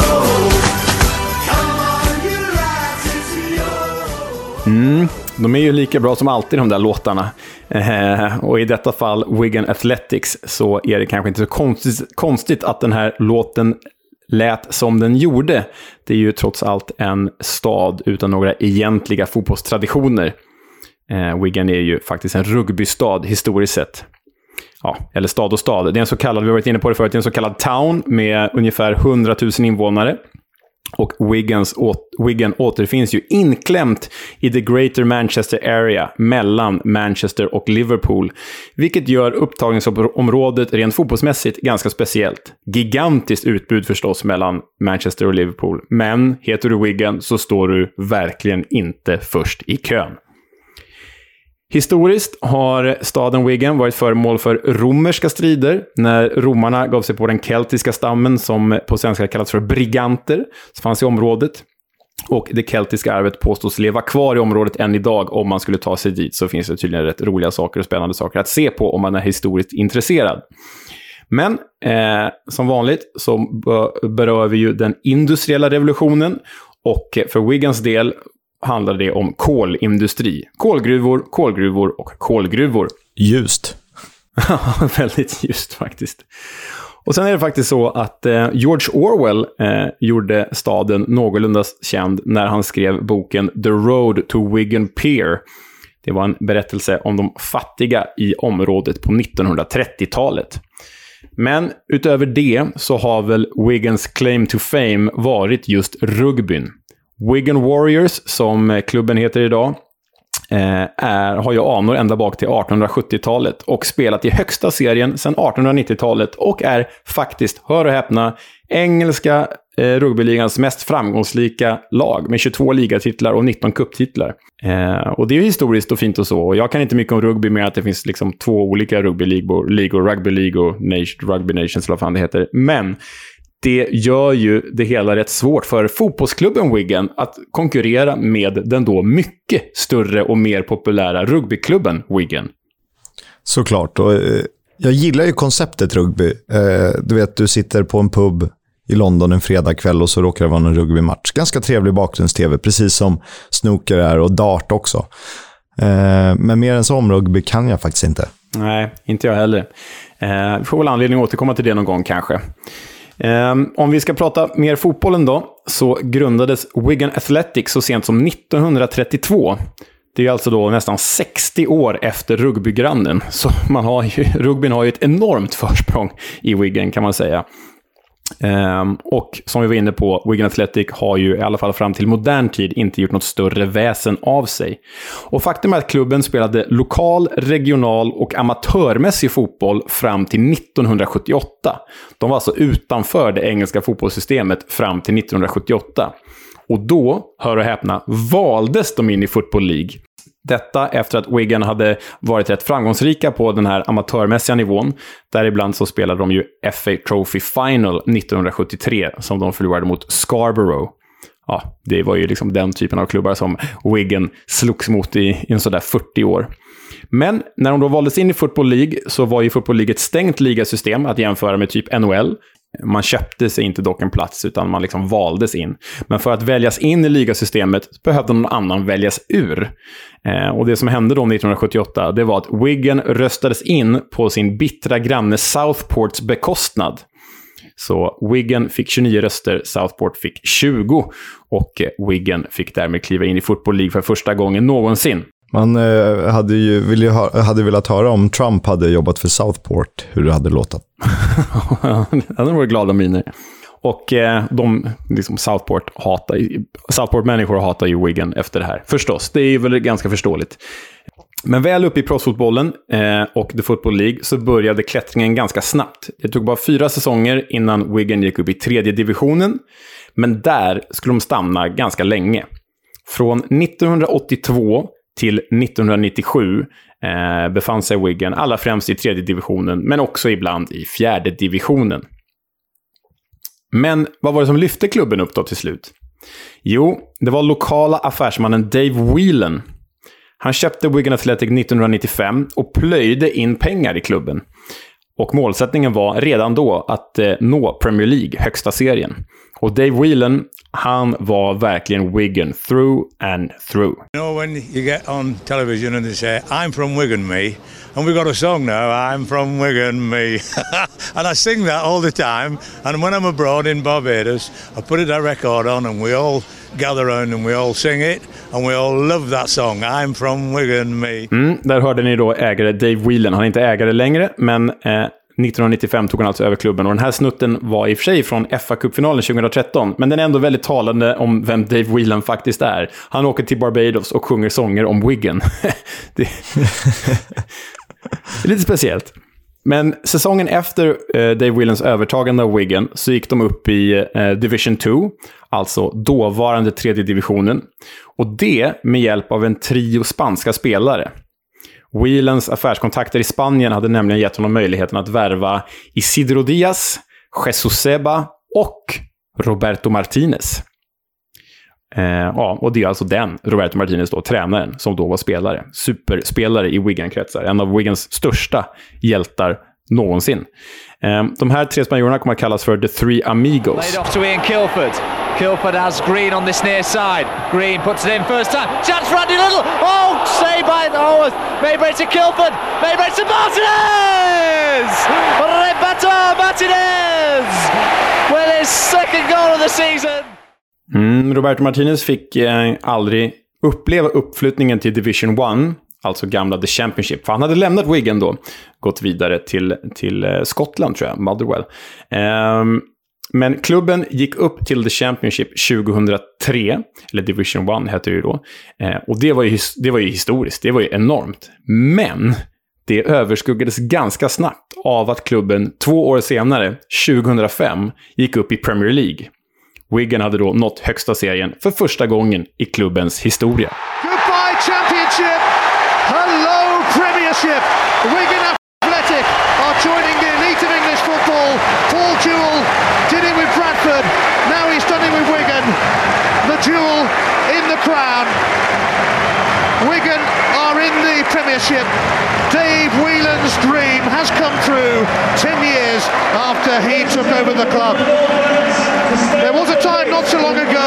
A: Come on, you lads, it's yo.
B: Mm. De är ju lika bra som alltid de där låtarna. Eh, och i detta fall Wigan Athletics så är det kanske inte så konstigt, konstigt att den här låten lät som den gjorde. Det är ju trots allt en stad utan några egentliga fotbollstraditioner. Eh, Wigan är ju faktiskt en rugbystad historiskt sett. Ja, eller stad och stad. Det är en så kallad, vi har varit inne på det förut, det är en så kallad town med ungefär hundratusen invånare. Och Wigans, Wigan återfinns ju inklämt i the Greater Manchester Area mellan Manchester och Liverpool. Vilket gör upptagningsområdet rent fotbollsmässigt ganska speciellt. Gigantiskt utbud förstås mellan Manchester och Liverpool. Men heter du Wigan så står du verkligen inte först i kön. Historiskt har staden Wigan varit föremål för romerska strider när romarna gav sig på den keltiska stammen som på svenska kallas för briganter som fanns i området. Och det keltiska arvet påstås leva kvar i området än idag. Om man skulle ta sig dit så finns det tydligen rätt roliga saker och spännande saker att se på om man är historiskt intresserad. Men eh, som vanligt så berör vi ju den industriella revolutionen, och för Wigans del handlar det om kolindustri. Kolgruvor, kolgruvor och kolgruvor.
A: Just.
B: Väldigt just faktiskt. Och sen är det faktiskt så att eh, George Orwell eh, gjorde staden någorlunda känd när han skrev boken The Road to Wigan Pier. Det var en berättelse om de fattiga i området på nittonhundratrettiotalet. Men utöver det så har väl Wigans claim to fame varit just rugbyn. Wigan Warriors, som klubben heter idag, eh, är, har ju anor ända bak till artonhundrasjuttiotalet och spelat i högsta serien sedan artonhundranittiotalet och är faktiskt, hör och häpna, engelska eh, rugbyligans mest framgångsrika lag med tjugotvå ligatitlar och nitton cuptitlar. Eh, och det är ju historiskt och fint och så. Och jag kan inte mycket om rugby, mer att det finns liksom två olika rugbyligor, ligor, rugby league och nation, rugby nations, vad fan det heter. Men det gör ju det hela rätt svårt för fotbollsklubben Wigan att konkurrera med den då mycket större och mer populära rugbyklubben Wigan.
A: Såklart, och eh, jag gillar ju konceptet rugby. Eh, du vet, du sitter på en pub i London en fredagkväll och så råkar det vara en rugbymatch. Ganska trevlig bakgrunds-tv, precis som snooker är och dart också. Eh, men mer än så om rugby kan jag faktiskt inte.
B: Nej, inte jag heller. Eh, vi får väl anledning att återkomma till det någon gång kanske. Um, om vi ska prata mer fotbollen då, så grundades Wigan Athletic så sent som nittonhundratrettiotvå. Det är alltså då nästan sextio år efter rugbygrannen. Så man har ju, rugbyn har ju ett enormt försprång i Wigan, kan man säga. Um, och som vi var inne på, Wigan Athletic har ju i alla fall fram till modern tid inte gjort något större väsen av sig. Och faktum är att klubben spelade lokal, regional och amatörmässig fotboll fram till nittonhundrasjuttioåtta. De var alltså utanför det engelska fotbollssystemet fram till nittonhundrasjuttioåtta. Och då, hör och häpna, valdes de in i Football League. Detta efter att Wigan hade varit rätt framgångsrika på den här amatörmässiga nivån. Däribland så spelade de ju F A Trophy Final nittonhundrasjuttiotre som de förlorade mot Scarborough. Ja, det var ju liksom den typen av klubbar som Wigan slogs mot i, i en sådär fyrtio år. Men när de då valdes in i Football League så var ju Football League ett stängt ligasystem att jämföra med typ N H L. Man köpte sig inte dock en plats utan man liksom valdes in. Men för att väljas in i ligasystemet behövde någon annan väljas ur. Eh, och det som hände då nittonhundrasjuttioåtta, det var att Wigan röstades in på sin bittra granne Southports bekostnad. Så Wigan fick tjugonio röster, Southport fick tjugo och Wigan fick därmed kliva in i Football League för första gången någonsin.
A: Man eh, hade ju vill ju ha, hade velat höra om Trump hade jobbat för Southport, hur det hade låtit.
B: Det var glada miner. Och eh, de, liksom Southport hatar Southport-människor hatar ju Wigan efter det här. Förstås, det är väl ganska förståeligt. Men väl upp i proffsfotbollen eh, och The Football League så började klättringen ganska snabbt. Det tog bara fyra säsonger innan Wigan gick upp i tredje divisionen. Men där skulle de stanna ganska länge. Från nittonhundraåttiotvå till nittonhundranittiosju eh, befann sig Wigan alla främst i tredje divisionen men också ibland i fjärde divisionen. Men vad var det som lyfte klubben upp då till slut? Jo, det var lokala affärsmannen Dave Whelan. Han köpte Wigan Athletic nittonhundranittiofem och plöjde in pengar i klubben. Och målsättningen var redan då att eh, nå Premier League, högsta serien. Och Dave Whelan, han var verkligen Wigan through and through.
D: You know when you get on television and they say, I'm from Wigan, me. And we've got a song now, I'm from Wigan, me. And I sing that all the time. And when I'm abroad in Barbados, I put it a record on and we all gather around and we all sing it. And we all love that song, I'm from Wigan, me.
B: Mm, där hörde ni då ägare Dave Whelan. Han är inte ägare längre, men eh, nittonhundranittiofem tog han alltså över klubben. Och den här snutten var i och för sig från F A-cupfinalen tjugohundratretton. Men den är ändå väldigt talande om vem Dave Whelan faktiskt är. Han åker till Barbados och sjunger sånger om Wigan. det... Det är lite speciellt. Men säsongen efter eh, Dave Whelans övertagande av Wigan så gick de upp i eh, Division två, alltså dåvarande tredje divisionen. Och det med hjälp av en trio spanska spelare. Whelans affärskontakter i Spanien hade nämligen gett honom möjligheten att värva Isidro Díaz, Jesus Seba och Roberto Martinez. Eh, ja, och det är alltså den, Roberto Martinez då, tränaren, som då var spelare. Superspelare i Wigan-kretsar. En av Wigans största hjältar någonsin. Eh, de här tre spanjorerna kommer att kallas för The Three Amigos.
C: Laid off to Ian Kilford. Kilford has Green on this near side. Green puts it in first time. Chance for Andy Little. Oh, saved by oh, maybe it's a Kilford. Maybe it's a Martinez. Roberto Martinez with his second goal of the season.
B: Mm, Roberto Martinez fick eh, aldrig uppleva uppflyttningen till Division ett, alltså gamla The Championship. För han hade lämnat Wigan då, gått vidare till, till eh, Skottland tror jag, Motherwell. Eh, Men klubben gick upp till The Championship tjugohundratre, eller Division ett hette det ju då. Eh, och det var ju, det var ju historiskt, det var ju enormt. Men det överskuggades ganska snabbt av att klubben två år senare, tjugohundrafem, gick upp i Premier League. Wigan hade då nått högsta serien för första gången i klubbens historia.
E: Goodbye Championship! Hello Premiership! Wigan Athletic are joining the elite of English football. Paul Jewell did it with Bradford. Now he's done it with Wigan. The jewel in the crown. Wigan are in the Premiership. Dave Whelan's dream has come true ten years after he took over the club. There was a time not so long ago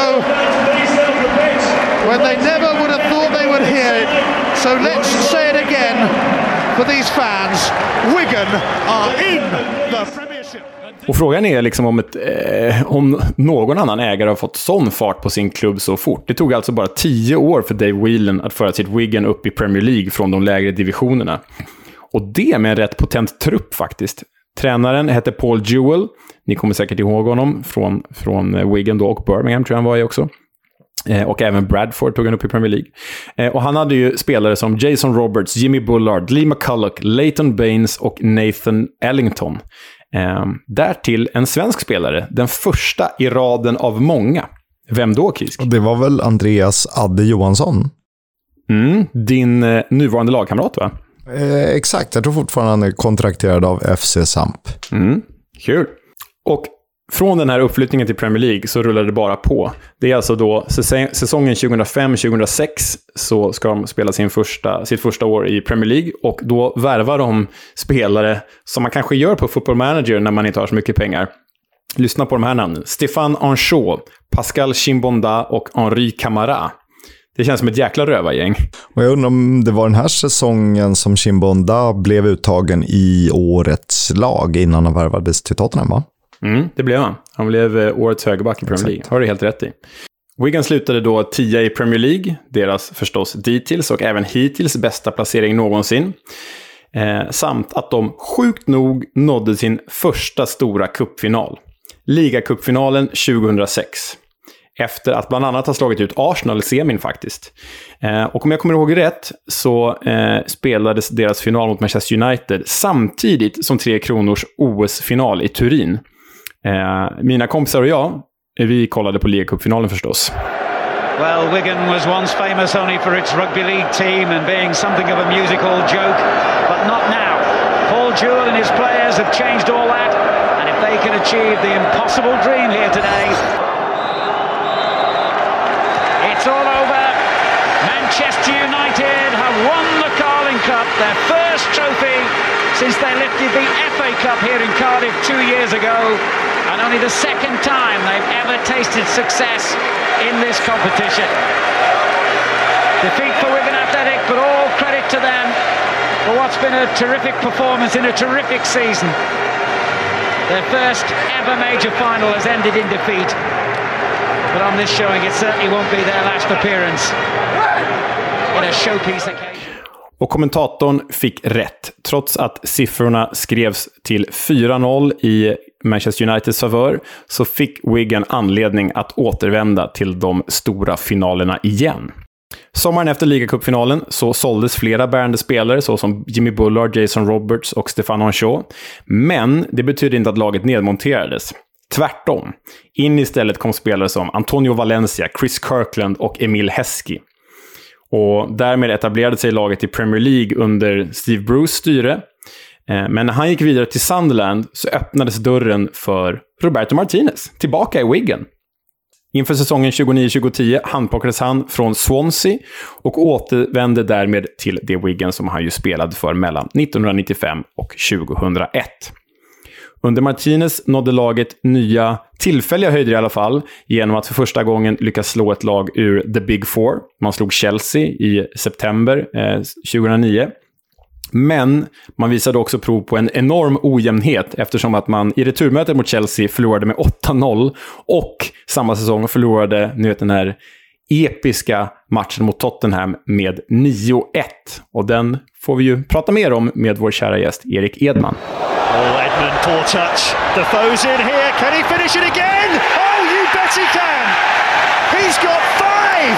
E: when they never would have thought they would hear it. So let's say it again for these fans. Wigan are in the Premiership.
B: Och frågan är liksom om, ett, eh, om någon annan ägare har fått sån fart på sin klubb så fort. Det tog alltså bara tio år för Dave Whelan att föra sitt Wigan upp i Premier League från de lägre divisionerna. Och det med en rätt potent trupp faktiskt. Tränaren hette Paul Jewell. Ni kommer säkert ihåg honom från, från Wigan då, och Birmingham tror jag han var i också. Eh, och även Bradford tog han upp i Premier League. Eh, och han hade ju spelare som Jason Roberts, Jimmy Bullard, Lee McCulloch, Leighton Baines och Nathan Ellington. Eh, därtill en svensk spelare, den första i raden av många. Vem då, Kisk?
A: Det var väl Andreas Adde Johansson?
B: Mm, din eh, nuvarande lagkamrat, va?
A: Eh, exakt, jag tror fortfarande han är kontrakterad av F C Samp.
B: Mm, kul. Och från den här uppflyttningen till Premier League så rullar det bara på. Det är alltså då säsongen tjugohundrafem tjugohundrasex så ska de spela sin första, sitt första år i Premier League. Och då värvar de spelare som man kanske gör på Football Manager när man inte har så mycket pengar. Lyssna på de här namnen. Stéphane Anchaud, Pascal Chimbonda och Henri Camara. Det känns som ett jäkla rövargäng.
A: Och jag undrar om det var den här säsongen som Chimbonda blev uttagen i årets lag innan han värvades till Tottenham, va?
B: Mm, det blev han. Han blev årets högerback i Premier League. Har du helt rätt i. Wigan slutade då tia i Premier League. Deras förstås dittills och även hittills bästa placering någonsin. Eh, samt att de sjukt nog nådde sin första stora cupfinal. Ligacupfinalen tjugohundrasex. Efter att bland annat ha slagit ut Arsenal i semin faktiskt. Eh, och om jag kommer ihåg rätt så eh, spelades deras final mot Manchester United samtidigt som Tre Kronors O S-final i Turin. Eh, mina kompisar och jag, vi kollade på Ligacupfinalen förstås.
F: Well, Wigan was once famous only for its rugby league team and being something of a musical joke, but not now. Paul Jewell and his players have changed all that, and if they can achieve the impossible dream here today, it's all over. Manchester United have won the Carling Cup, their first trophy since they lifted the F A Cup here in Cardiff two years ago, and only the second time they've ever tasted success in this competition. Defeat for Wigan Athletic, but all credit to them for what's been a terrific performance in a terrific season. Their first ever major final has ended in defeat. But on this showing, it certainly won't be their last appearance in a showpiece occasion.
B: Och kommentatorn fick rätt. Trots att siffrorna skrevs till fyra noll i Manchester Uniteds favör så fick Wigan anledning att återvända till de stora finalerna igen. Sommaren efter ligacupfinalen så såldes flera bärande spelare såsom Jimmy Bullard, Jason Roberts och Stéphane Anchaud. Men det betyder inte att laget nedmonterades. Tvärtom. In istället kom spelare som Antonio Valencia, Chris Kirkland och Emil Heskey. Och därmed etablerade sig laget i Premier League under Steve Bruce styre. Men när han gick vidare till Sunderland så öppnades dörren för Roberto Martinez, tillbaka i Wigan. Inför säsongen tjugonio tjugo handplockades han från Swansea och återvände därmed till det Wigan som han ju spelade för mellan nittonhundranittiofem och tjugohundraett. Under Martinez nådde laget nya tillfälliga höjder i alla fall genom att för första gången lyckas slå ett lag ur The Big Four. Man slog Chelsea i september eh, tjugohundranio. Men man visade också prov på en enorm ojämnhet eftersom att man i returmötet mot Chelsea förlorade med åtta noll och samma säsong förlorade nu vet, den här episka matchen mot Tottenham med nio ett. Och den får vi ju prata mer om med vår kära gäst Erik Edman.
E: Oh, Edmund, poor touch. Defoe's in here. Can he finish it again? Oh, you bet he can. He's got five.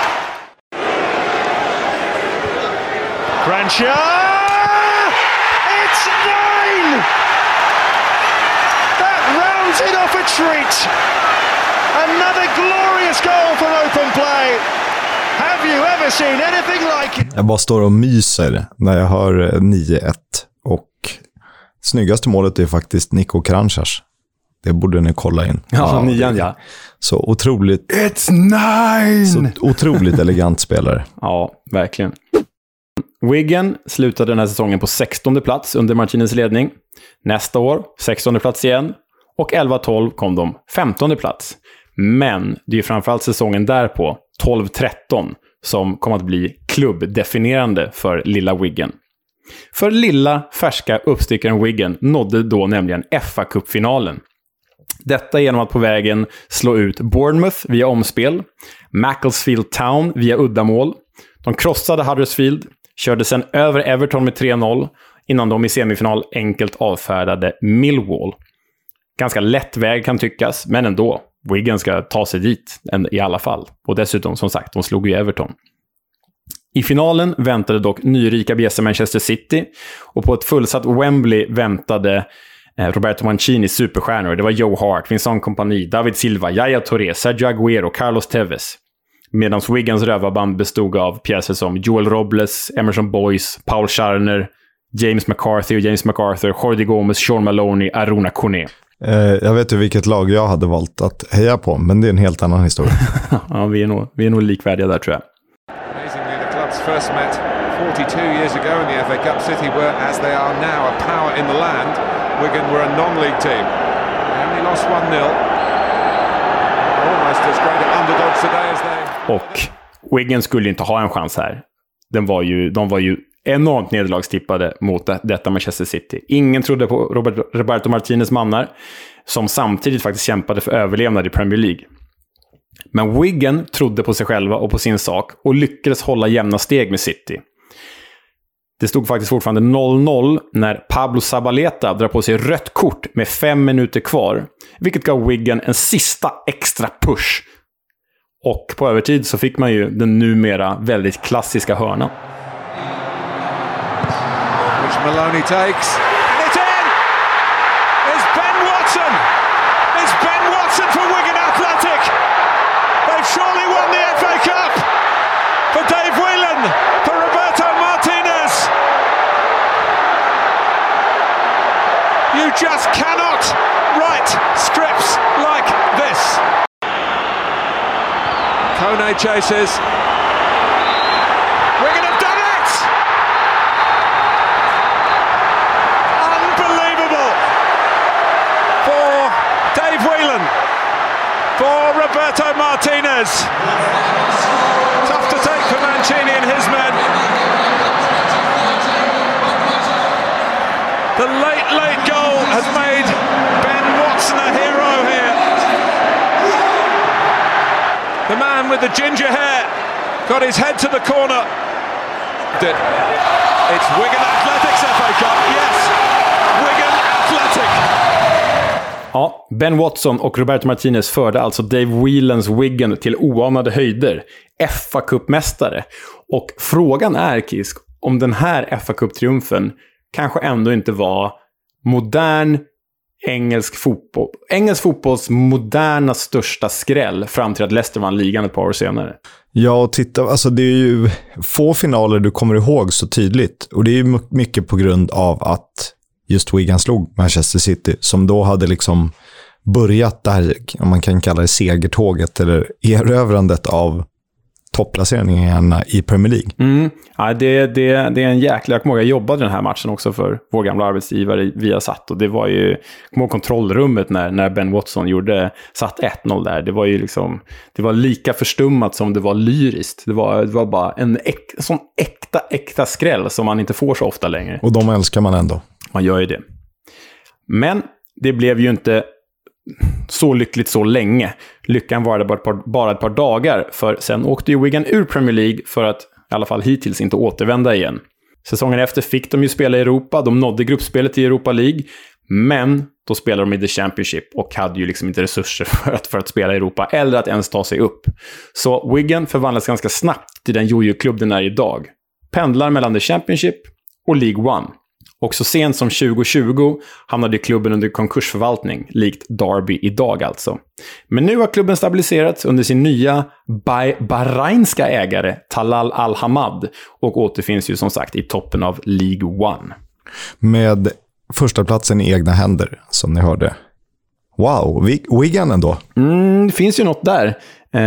E: Cranshaw. It's nine. That rounds it off a treat. Another glorious goal from open play. Have you ever seen anything like it?
A: Jag bara står och myser när jag hör nio ett. Och snyggaste målet är faktiskt Niko Kranjčar. Det borde ni kolla in.
B: Ja, ja nian, ja.
A: Så otroligt...
B: It's nine!
A: Så otroligt elegant spelare.
B: Ja, verkligen. Wigan slutade den här säsongen på sextonde plats under Martinez ledning. Nästa år, sextonde plats igen. Och elva tolv kom de femtonde plats. Men det är ju framförallt säsongen därpå, tolv tretton, som kom att bli klubbdefinierande för lilla Wigan. För lilla, färska uppstickaren Wigan nådde då nämligen F A-cupfinalen. Detta genom att på vägen slå ut Bournemouth via omspel, Macclesfield Town via uddamål. De krossade Huddersfield, körde sedan över Everton med tre noll innan de i semifinal enkelt avfärdade Millwall. Ganska lätt väg kan tyckas, men ändå. Wigan ska ta sig dit i alla fall. Och dessutom, som sagt, de slog ju Everton. I finalen väntade dock nyrika bjässe Manchester City. Och på ett fullsatt Wembley väntade eh, Roberto Mancini superstjärnor. Det var Joe Hart, Vincent Kompany, David Silva, Yaya Touré, Sergio Aguero, Carlos Tevez. Medan Wigans rövarband bestod av pjäser som Joel Robles, Emerson Boyce, Paul Scharner, James McCarthy och James MacArthur, Jordi Gomez, Sean Maloney, Aruna Kone.
A: Eh, jag vet ju vilket lag jag hade valt att heja på, men det är en helt annan historia.
B: Ja, vi är, nog, vi är nog likvärdiga där, tror jag.
G: Amazingly, the clubs first met forty-two years ago in the F A Cup. City were, as they are now, a power in the land. Wigan were a non-league team. They only lost one nil. Almost as great an underdogs today as they...
B: Och Wigan skulle inte ha en chans här. Den var ju, de var ju enormt nederlagstippade mot detta Manchester City. Ingen trodde på Robert, Roberto Martinez mannar, som samtidigt faktiskt kämpade för överlevnad i Premier League. Men Wigan trodde på sig själva och på sin sak och lyckades hålla jämna steg med City. Det stod faktiskt fortfarande noll noll när Pablo Zabaleta drar på sig rött kort med fem minuter kvar, vilket gav Wigan en sista extra push. Och på övertid så fick man ju den numera väldigt klassiska hörnan.
G: Which Maloney takes. It's in! It's Ben Watson! It's Ben Watson for Wigan Athletic! They've surely won the F A Cup! For Dave Whelan! For Roberto Martinez! You just cannot write scripts like this! Kone chases. Wigan have done it! Unbelievable! For Dave Whelan. For Roberto Martinez. Tough to take for Mancini and his men. The late, late goal has made Ben Watson a hero here. The man with the ginger hair got his head to the corner. It's Wigan Athletics F A Cup. Yes, Wigan Athletic.
B: Ja, Ben Watson och Roberto Martinez förde alltså Dave Whelans Wigan till oanade höjder. F A-cupmästare. Och frågan är, Kisk, om den här F A-cuptriumfen kanske ändå inte var modern engelsk fotboll. Engelsk fotbolls moderna största skräll fram till att Leicester vann ligan ett par år senare.
A: Ja, och titta, alltså det är ju få finaler du kommer ihåg så tydligt. Och det är ju mycket på grund av att just Wigan slog Manchester City, som då hade liksom börjat där, om man kan kalla det segertåget eller erövrandet av topplaceringarna i Premier League.
B: Mm. Ja, det, det, det är en jäkla... Jag kommer ihåg, jag jobbade den här matchen också för vår gamla arbetsgivare Viasat, och det var ju... Jag kommer ihåg kontrollrummet när, när Ben Watson gjorde satt ett noll där. Det var ju liksom... Det var lika förstummat som det var lyriskt. Det var, det var bara en äk, sån äkta, äkta skräll som man inte får så ofta längre.
A: Och de älskar man ändå.
B: Man gör ju det. Men det blev ju inte så lyckligt så länge. Lyckan varade bara ett par, bara ett par dagar, för sen åkte ju Wigan ur Premier League för att i alla fall hittills inte återvända igen. Säsongen efter fick de ju spela i Europa. De nådde gruppspelet i Europa League. Men då spelade de i The Championship och hade ju liksom inte resurser för att, för att spela i Europa eller att ens ta sig upp. Så Wigan förvandlas ganska snabbt till den jojo-klubb den är idag. Pendlar mellan The Championship och League One. Och så sent som tjugo tjugo hamnade klubben under konkursförvaltning, likt Derby idag alltså. Men nu har klubben stabiliserats under sin nya bahrainska ägare Talal Al-Hamad och återfinns ju som sagt i toppen av League One.
A: Med första platsen i egna händer, som ni hörde. Wow, Wigan ändå.
B: Mm, det finns ju något där.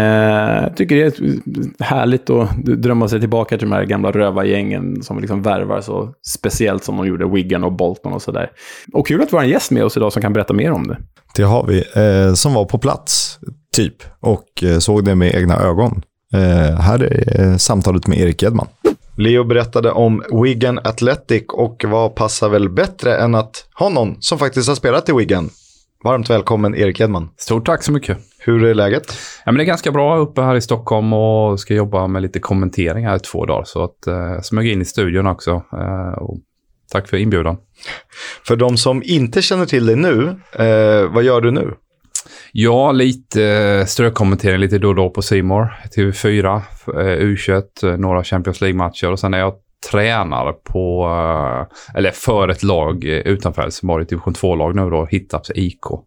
B: Jag eh, tycker det är härligt att drömma sig tillbaka till de här gamla rövargängen som liksom värvar så speciellt som de gjorde Wigan och Bolton och sådär. Och kul att vara en gäst med oss idag som kan berätta mer om det.
A: Det har vi, eh, som var på plats typ och eh, såg det med egna ögon. Eh, här är eh, samtalet med Erik Edman. Leo berättade om Wigan Athletic och vad passar väl bättre än att ha någon som faktiskt har spelat i Wigan. Varmt välkommen Erik Edman.
H: Stort tack så mycket.
A: Hur är läget?
H: Ja, men det är ganska bra uppe här i Stockholm och ska jobba med lite kommentering här i två dagar. Så att eh, smög in i studion också. Eh, och tack för inbjudan.
A: För de som inte känner till dig nu, eh, vad gör du nu?
H: Ja, lite eh, strökommentering lite då och då på C More, T V fyra, eh, U tjugoett, eh, några Champions League-matcher och sen är jag tränare på, eh, eller för ett lag eh, utanför Helsingborg, division två-lag nu då, Hittarps I K.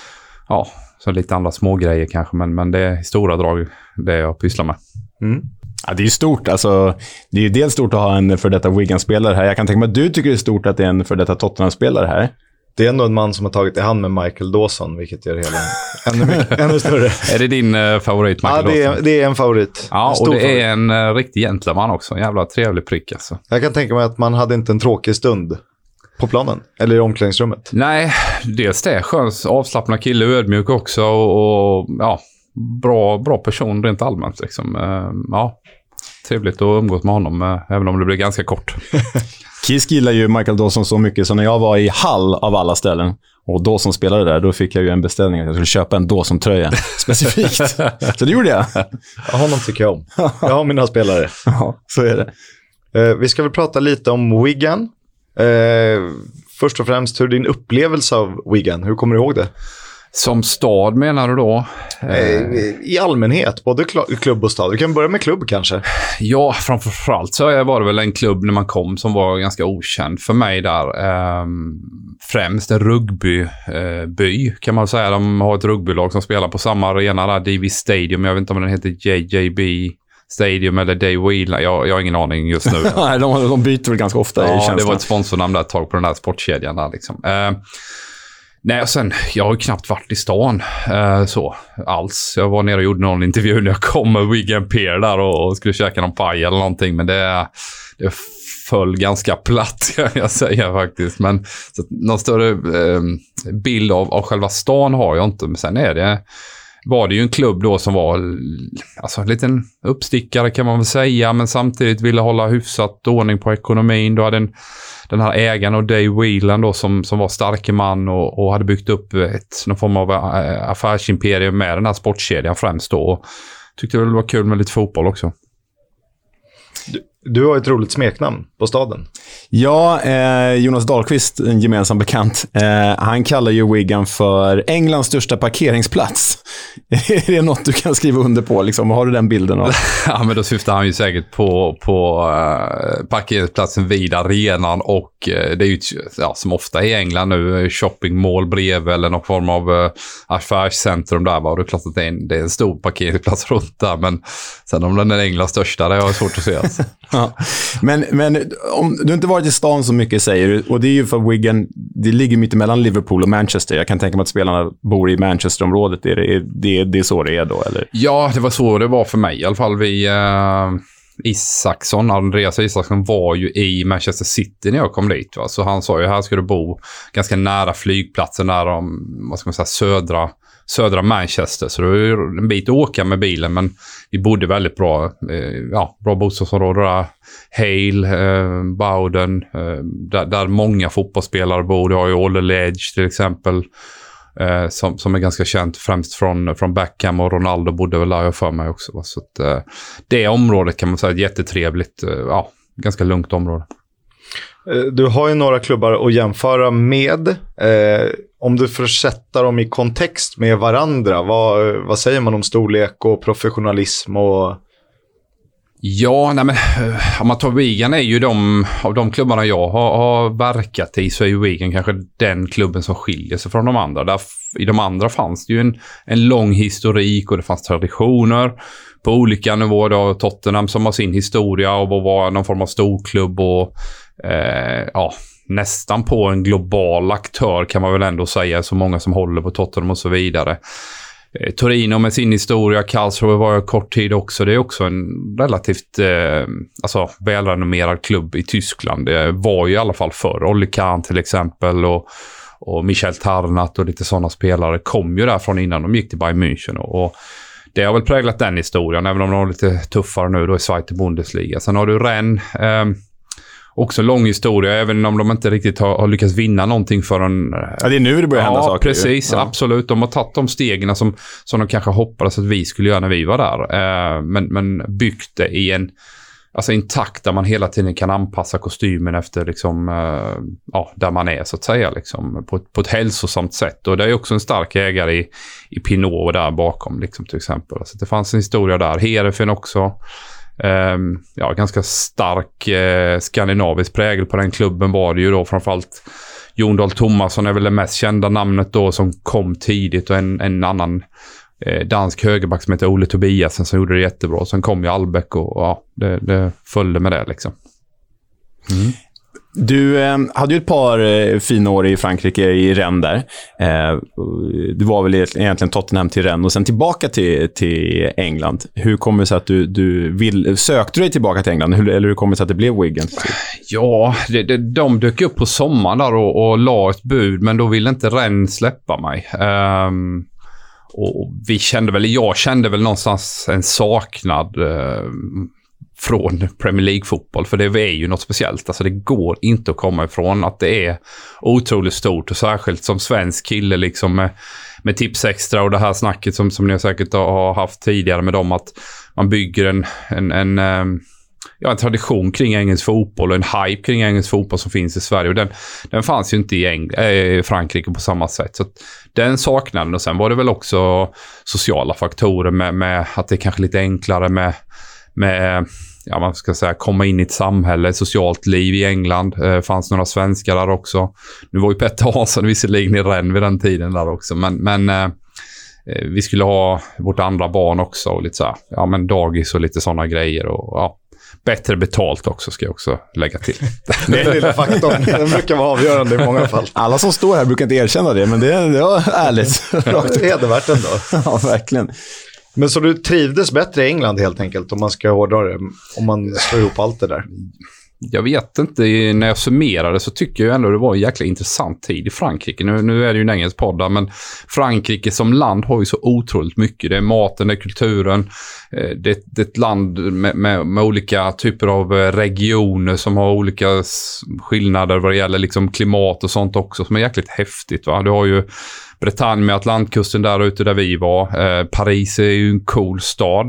H: Ja, så lite andra små grejer kanske, men, men det är stora drag det jag pysslar med.
B: Mm. Ja, det är ju stort. Alltså, det är ju dels stort att ha en för detta Wigan-spelare här. Jag kan tänka mig att du tycker det är stort att det är en för detta Tottenham-spelare här.
A: Det är ändå en man som har tagit i hand med Michael Dawson, vilket gör det hela ännu, mycket, ännu större.
H: Är det din uh, favorit, Michael
A: Dawson? Ja, det är,
H: Dawson?
A: det är en favorit.
H: Ja,
A: en
H: och det
A: favorit.
H: är en uh, riktig gentleman också. En jävla trevlig prick alltså.
A: Jag kan tänka mig att man hade inte en tråkig stund på planen, eller i omklädningsrummet.
H: Nej, dels det är skönt, avslappnad kille, ödmjuk också och, och ja, bra, bra person rent allmänt liksom. Uh, ja, trevligt att umgås med honom, uh, även om det blir ganska kort.
B: Kisk gillar ju Michael Dawson så mycket så när jag var i Hall av alla ställen och Dawson spelade där, då fick jag ju en beställning att jag skulle köpa en Dawson-tröja specifikt. Så det gjorde jag.
A: Ja, honom tycker jag om. Jag har mina spelare.
B: Ja, så är det.
A: Eh, vi ska väl prata lite om Wigan. Eh, först och främst, hur din upplevelse av Wigan, hur kommer du ihåg det?
H: Som stad menar du då?
A: Eh, I allmänhet, både kl- klubb och stad. Vi kan börja med klubb kanske.
H: Ja, framförallt så var det väl en klubb när man kom som var ganska okänd för mig där. Eh, främst en rugbyby eh, kan man säga. De har ett rugbylag som spelar på samma arena där, D V Stadium. Jag vet inte om den heter J J B Stadium eller Day Wheel. Jag, jag har ingen aning just nu.
B: Nej, de, de byter väl ganska ofta.
H: Ja, det var ett sponsornamn där ett tag på den här sportkedjan där liksom. Eh, Nej, och sen, jag har ju knappt varit i stan eh, så alls. Jag var nere och gjorde någon intervju när jag kom med Wigan Pier där och, och skulle käka någon paj eller någonting. Men det, det föll ganska platt, kan jag säga faktiskt. Men så, någon större eh, bild av, av själva stan har jag inte. Men sen är det, var det ju en klubb då som var alltså, en liten uppstickare kan man väl säga. Men samtidigt ville hålla hyfsat ordning på ekonomin. Då hade en Den här ägaren och Dave Whelan då som, som var starke man och, och hade byggt upp ett, någon form av äh, affärsimperium med den här sportkedjan främst då. Och tyckte väl det var kul med lite fotboll också.
A: Du, du har ett roligt smeknamn på staden.
B: Ja, eh, Jonas Dahlqvist, en gemensam bekant, eh, han kallar ju Wigan för Englands största parkeringsplats. Är det något du kan skriva under på? Liksom? Har du den bilden av?
H: Ja, men då syftar han ju säkert på, på uh, parkeringsplatsen vid arenan och uh, det är ju ja, som ofta i England nu, shoppingmål bredvid eller någon form av uh, affärscentrum där. Och det är klart att det är, en, det är en stor parkeringsplats runt där, men sen om den är Englands största, det har jag svårt att se. Alltså.
B: Ja. Men, men om du inte varit i stan så mycket säger du, och det är ju för Wigan, det ligger mitt emellan Liverpool och Manchester. Jag kan tänka mig att spelarna bor i Manchesterområdet. Det är, det, det är så det är då, eller?
H: Ja, det var så det var för mig. I alla fall vi... Uh... Isaksson, Andreas Isaksson var ju i Manchester City när jag kom dit. Va? Så han sa ju här ska du bo ganska nära flygplatsen där om, vad ska man säga, södra, södra Manchester. Så det är en bit att åka med bilen, men vi bodde väldigt bra, eh, ja, bra bostadsområden där. Hale, eh, Bowden, eh, där, där många fotbollsspelare bor. Det har ju Olle Ledge till exempel. Eh, som, som är ganska känt främst från, från Beckham och Ronaldo bodde väl där för mig också. Va? Så att, eh, det området kan man säga är jättetrevligt, eh, ja, ganska lugnt område.
A: Du har ju några klubbar att jämföra med. Eh, om du får sätta dem i kontext med varandra, vad, vad säger man om storlek och professionalism och...
H: Ja, nej men om man tar Wigan är ju de, av de klubbarna jag har, har verkat i, så är ju Wigan kanske den klubben som skiljer sig från de andra. Där, i de andra fanns det ju en, en lång historik och det fanns traditioner på olika nivåer. Då, Tottenham som har sin historia och var någon form av storklubb och eh, ja, nästan på en global aktör kan man väl ändå säga, så många som håller på Tottenham och så vidare. Torino med sin historia, Karlsruhe var jag kort tid också. Det är också en relativt eh, alltså, välrenommerad klubb i Tyskland. Det var ju i alla fall förr. Olli Kahn till exempel och, och Michael Tarnat och lite sådana spelare kom ju därifrån innan de gick till Bayern München. Och, och det har väl präglat den historien, även om de är lite tuffare nu då i Zweite Bundesliga. Sen har du Rennes, eh, också en lång historia, även om de inte riktigt har, har lyckats vinna någonting förrän...
B: Ja, det är nu det börjar hända
H: ja,
B: saker.
H: Precis, ja, precis. Absolut. De har tagit de stegen som, som de kanske hoppades att vi skulle göra när vi var där. Eh, men, men byggt det i en, alltså en takt där man hela tiden kan anpassa kostymen efter liksom, eh, ja, där man är så att säga. Liksom, på, på ett hälsosamt sätt. Och det är också en stark ägare i, i Pinot där bakom liksom, till exempel. Så det fanns en historia där. Heerenveen också. Um, ja, ganska stark eh, skandinavisk prägel på den klubben var det ju då, framförallt Jon Dahl Tomasson är väl det mest kända namnet då som kom tidigt, och en, en annan eh, dansk högerback som heter Ole Tobiasen som gjorde det jättebra. Sen kom ju Albeck och, och ja, det, det följde med det liksom. Mm.
B: Du eh, hade ju ett par eh, fina år i Frankrike i Rennes där. Eh, du var väl egentligen Tottenham till Rennes och sen tillbaka till, till England. Hur kommer det sig att du, du vill, sökte du dig tillbaka till England? Hur, eller hur kommer det sig att det blev Wigan?
H: Ja, det, det, de dök upp på sommaren där och, och la ett bud, men då ville inte Rennes släppa mig. Um, och vi kände väl, jag kände väl någonstans en saknad uh, från Premier League-fotboll, för det är ju något speciellt. Alltså det går inte att komma ifrån att det är otroligt stort, och särskilt som svensk kille liksom med, med Tips Extra och det här snacket som, som ni säkert har haft tidigare med dem, att man bygger en, en, en, ja, en tradition kring engelsk fotboll och en hype kring engelsk fotboll som finns i Sverige, och den, den fanns ju inte i Eng- äh, Frankrike på samma sätt. Så att den saknaden, och sen var det väl också sociala faktorer med, med att det är kanske lite enklare med med, ja, man ska säga, komma in i ett samhälle, ett socialt liv i England. Det fanns några svenskar där också. Nu var ju Petter Hansson visserligen i Rennes vid den tiden där också, men, men eh, vi skulle ha vårt andra barn också och lite så här, ja men dagis och lite sådana grejer, och ja, bättre betalt också ska jag också lägga till.
A: Det är den lilla faktorn. Den brukar vara avgörande i många fall.
B: Alla som står här brukar inte erkänna det, men det, det var ärligt.
A: Rakt hedervärt ändå.
B: Ja, verkligen.
A: Men så du trivdes bättre i England helt enkelt, om man ska hårdra det, om man slår ihop allt det där?
H: Jag vet inte, när jag summerade så tycker jag ändå det var en jäkla intressant tid i Frankrike. Nu, nu är det ju en engelsk podd där, men Frankrike som land har ju så otroligt mycket. Det är maten, det är kulturen, det, det är ett land med, med, med olika typer av regioner som har olika skillnader vad det gäller liksom klimat och sånt också, som är jäkligt häftigt. Va? Du har ju Bretagne med Atlantkusten där ute där vi var. Eh, Paris är ju en cool stad.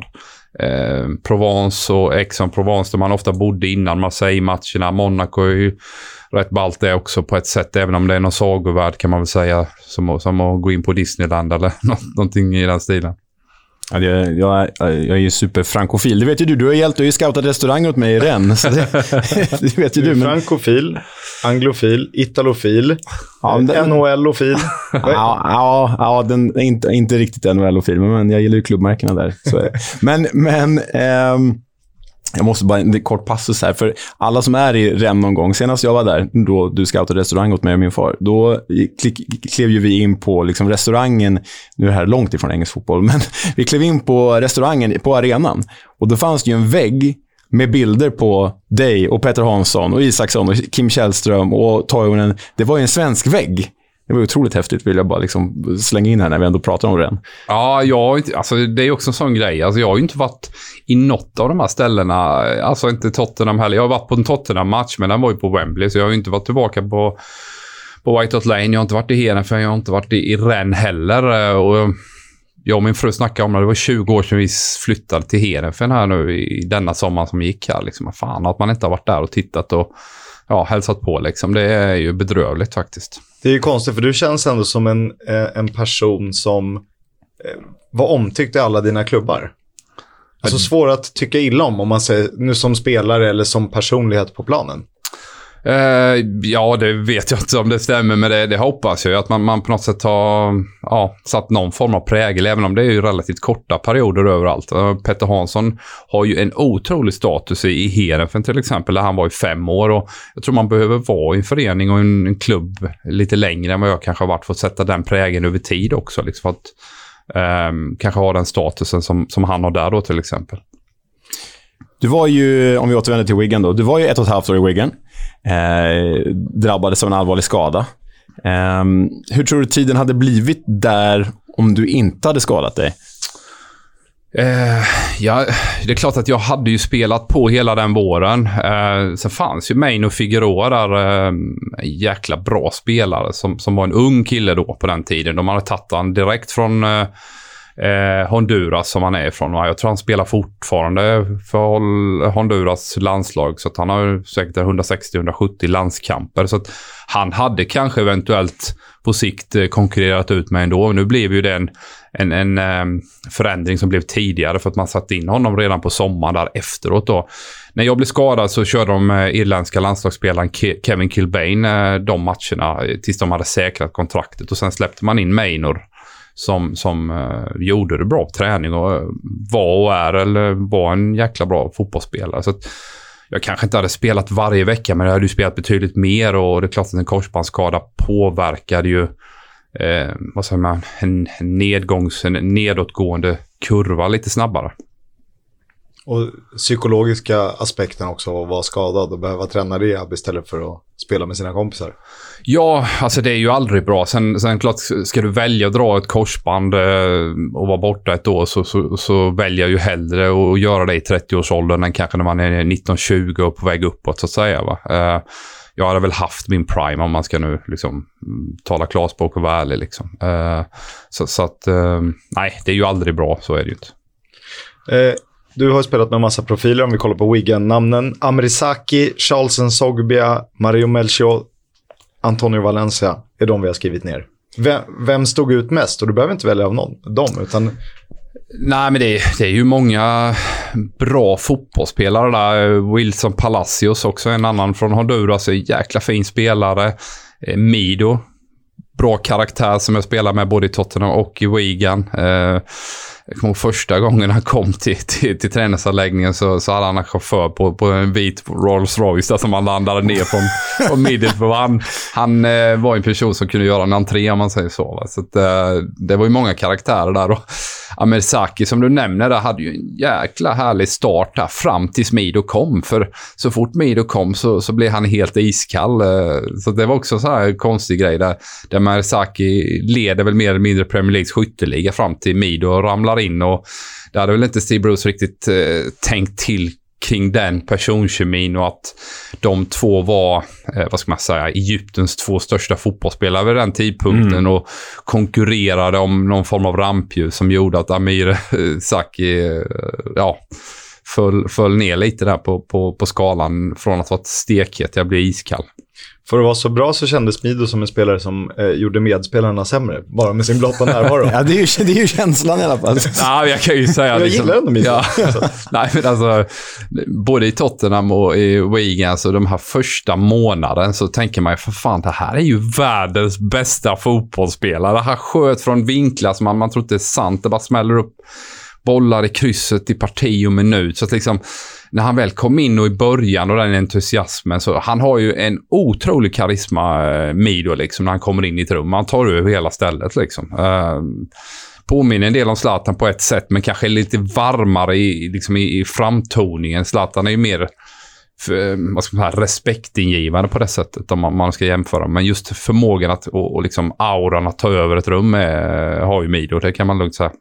H: Eh, Provence och Aix-en-Provence där man ofta bodde innan Marseille-matcherna. Monaco är ju rätt ballt det också på ett sätt, även om det är någon sagovärld kan man väl säga, som, som att gå in på Disneyland eller någonting i den stilen.
B: Ja, det, jag, är, jag är ju superfrankofil. Det vet ju du. Du har hjälpt, du har ju scoutat restauranger åt mig i Rennes. Det, det vet ju du.
A: du
B: Men...
A: Frankofil, anglofil, italofil, ja, den... N H L-ofil.
B: ja, ja, ja, den är inte, inte riktigt N H L-ofil, men jag gillar ju klubbmärkena där. Så, men, men ehm... jag måste bara en kort passus här, för alla som är i Rennes någon gång, senast jag var där, då du scoutade restaurang åt mig och min far, då klev ju vi in på liksom restaurangen, nu är det här långt ifrån engelsk fotboll, men vi klev in på restaurangen på arenan, och då fanns det ju en vägg med bilder på dig och Petter Hansson och Isaksson och Kim Källström och Toivonen. Det var ju en svensk vägg. Det var otroligt häftigt, vill jag bara liksom slänga in här när vi ändå pratar om det.
H: Ja, jag, alltså, det är också en sån grej. Alltså, jag har ju inte varit i något av de här ställena. Alltså inte Tottenham heller. Jag har varit på en Tottenham-match, men den var ju på Wembley. Så jag har ju inte varit tillbaka på, på White Hart Lane. Jag har inte varit i Heerenveen, jag har inte varit i, i Rennes heller. Och jag och min fru snackade om det. Det var tjugo år sedan vi flyttade till Heerenveen här nu i denna sommar som gick här. Liksom, fan, att man inte har varit där och tittat och ja, hälsat på liksom. Det är ju bedrövligt faktiskt.
A: Det är ju konstigt, för du känns ändå som en, en person som var omtyckt i alla dina klubbar. Alltså svår att tycka illa om, om man säger nu som spelare eller som personlighet på planen.
H: Uh, ja, det vet jag inte om det stämmer, men det, det hoppas jag att man, man på något sätt har ja, satt någon form av prägel, även om det är ju relativt korta perioder överallt. Uh, Petter Hansson har ju en otrolig status i, i Heerenveen till exempel, där han var i fem år, och jag tror man behöver vara i en förening och en, en klubb lite längre än vad jag kanske har varit för att sätta den prägeln över tid också, liksom, för att um, kanske ha den statusen som, som han har där då till exempel.
B: Du var ju, om vi återvänder till Wigan då, du var ju ett och ett halvt år i Wigan. Eh, drabbades av en allvarlig skada. Eh, hur tror du tiden hade blivit där om du inte hade skadat dig?
H: Eh, ja, det är klart att jag hade ju spelat på hela den våren. Eh, sen fanns ju Main och Figueroa där, eh, jäkla bra spelare som, som var en ung kille då på den tiden. De hade tagit han direkt från eh, Eh, Honduras som han är ifrån. Jag tror han spelar fortfarande för Honduras landslag, så att han har säkert hundrasextio till hundrasjuttio landskamper, så att han hade kanske eventuellt på sikt konkurrerat ut mig ändå. Nu blev ju det en, en, en um, förändring som blev tidigare, för att man satt in honom redan på sommaren där efteråt då. När jag blev skadad så körde de uh, irländska landslagsspelaren Ke- Kevin Kilbane uh, de matcherna tills de hade säkrat kontraktet, och sen släppte man in Maynor som, som uh, gjorde det bra på träning och uh, var och är eller var en jäkla bra fotbollsspelare. Så att jag kanske inte hade spelat varje vecka, men jag hade ju spelat betydligt mer, och det är klart att en korsbandsskada påverkade ju eh, vad säger man, en, nedgångs, en nedåtgående kurva lite snabbare.
A: Och psykologiska aspekten också av att vara skadad och behöva träna rehab istället för att spela med sina kompisar.
H: Ja, alltså det är ju aldrig bra. Sen, sen klart, ska du välja att dra ett korsband eh, och vara borta ett år, så, så, så väljer jag ju hellre att göra det i trettio-årsåldern än kanske när man är nitton tjugo och på väg uppåt så att säga. Va? Eh, jag hade väl haft min prime, om man ska nu liksom tala klarspråk och vara ärlig. Liksom. Eh, så, så att, eh, nej, det är ju aldrig bra, så är det ju inte.
A: Eh. Du har spelat med massa profiler, om vi kollar på Wigan-namnen. Amrisaki, Charles Nsogbia, Mario Melchior, Antonio Valencia är de vi har skrivit ner. Vem, vem stod ut mest? Och du behöver inte välja av någon, dem, utan...
H: Nej, men det är, det är ju många bra fotbollsspelare där. Wilson Palacios också, en annan från Honduras, en jäkla fin spelare. Mido, bra karaktär som jag spelar med både i Tottenham och i Wigan. Eh, Jag kommer ihåg första gången han kom till, till, till träningsanläggningen, så, så hade han en chaufför på, på en vit Rolls Royce där som han landade ner från, från Middlesbrough. Han, han eh, var en person som kunde göra en entré, om man säger så. Va? Så att, eh, det var ju många karaktärer där. Och Amrisaki, som du nämner, där hade ju en jäkla härlig start där fram tills Mido kom. För så fort Mido kom så, så blev han helt iskall. Eh, så det var också så här en konstig grej där, där Amrisaki leder väl mer eller mindre Premier Leagues skytteliga fram till Mido och ramlar in, och det hade väl inte Steve Bruce riktigt eh, tänkt till kring den personkemin, och att de två var, eh, vad ska man säga, Egyptens två största fotbollsspelare vid den tidpunkten mm. och konkurrerade om någon form av rampljus som gjorde att Amir eh, Saki eh, ja, föll, föll ner lite där på, på, på skalan från att vara ett stekhet jag blev iskall.
A: För att vara så bra så kändes Mido som en spelare som eh, gjorde medspelarna sämre, bara med sin blotta närvaro.
B: Ja, det är, ju, det är ju känslan i alla fall.
H: Ja, jag kan ju säga
A: jag
H: liksom,
A: gillar ändå Mido.
H: Ja. Nej, men alltså, både i Tottenham och i Wigan, så de här första månaden så tänker man ju, för fan, det här är ju världens bästa fotbollsspelare. Det här sköt från vinklar som man, man tror inte är sant. Det bara smäller upp bollar i krysset i parti och minut. Så att liksom, när han väl kom in och i början och den entusiasmen, så han har ju en otrolig karisma, eh, Mido, liksom, när han kommer in i ett rum. Han tar över hela stället liksom. Eh, påminner en del om Zlatan på ett sätt, men kanske lite varmare i, liksom i, i framtoningen. Zlatan är ju mer för, vad ska man säga, respektingivande på det sättet, om man, man ska jämföra. Men just förmågan att, och, och liksom auran att ta över ett rum är, har ju Mido, det kan man lugnt säga.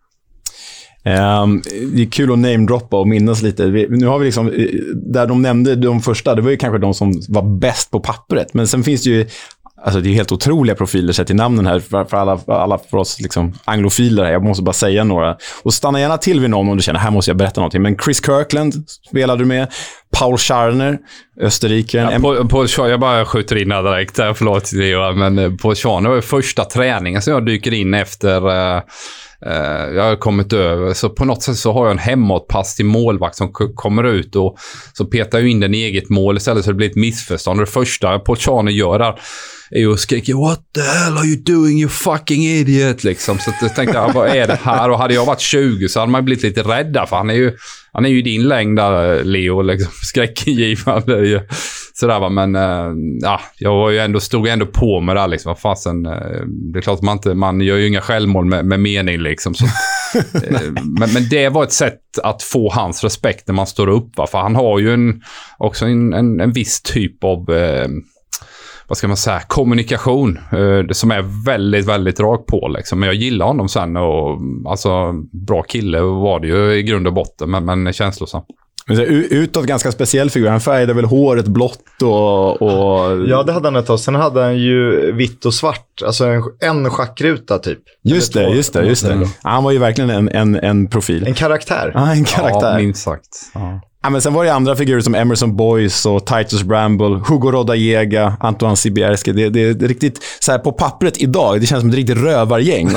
B: Um, det är kul att namedroppa och minnas lite. Vi, nu har vi liksom, där de nämnde de första, det var ju kanske de som var bäst på pappret. Men sen finns det ju, alltså det är helt otroliga profiler sett till namnen här för, för alla, alla för oss liksom anglofiler här. Jag måste bara säga några. Och stanna gärna till vid någon om du känner, här måste jag berätta någonting. Men Chris Kirkland spelade du med. Paul Scharner, Österrike.
H: Ja, på, på, jag bara skjuter in här direkt, förlåt Leo, men på Scharner var det första träningen som jag dyker in efter uh, uh, jag har kommit över. Så på något sätt så har jag en hemåtpass till målvakt som k- kommer ut och så petar jag in den i eget mål istället så det blir ett missförstånd. Det första Paul Scharner gör där är ju att skrika "What the hell are you doing, you fucking idiot?" liksom. Så jag tänkte jag, vad är det här? Och hade jag varit tjugo så hade man blivit lite rädda för han är ju han är ju din längd där, Leo, liksom skräckingivande ju. Sådär va, men äh, ja, jag var ju ändå, stod ändå på med det liksom. Fasen, äh, det är klart man inte, man gör ju inga självmål med, med mening liksom. Så, äh, men, men det var ett sätt att få hans respekt när man står upp va, för han har ju en, också en, en, en viss typ av äh, vad ska man säga, kommunikation eh, som är väldigt, väldigt rak på liksom. Men jag gillar honom sen och alltså bra kille var det ju i grund och botten, men, men känslosam.
B: Utåt ganska speciell figur. Han färgade väl håret blått och, och...
A: Ja, det hade han ett tag. Sen hade han ju vitt och svart. Alltså en, en schackruta typ.
B: Just det, just det, just det. Mm. Han var ju verkligen en, en, en profil.
A: En karaktär.
B: Ja, en karaktär.
H: Ja, minst sagt. Ja.
B: Ja, men sen var det andra figurer som Emerson Boyce och Titus Bramble, Hugo Rodallega, Antoine Sibierski. Det, det, det är riktigt så här på pappret idag. Det känns som ett riktigt rövargäng.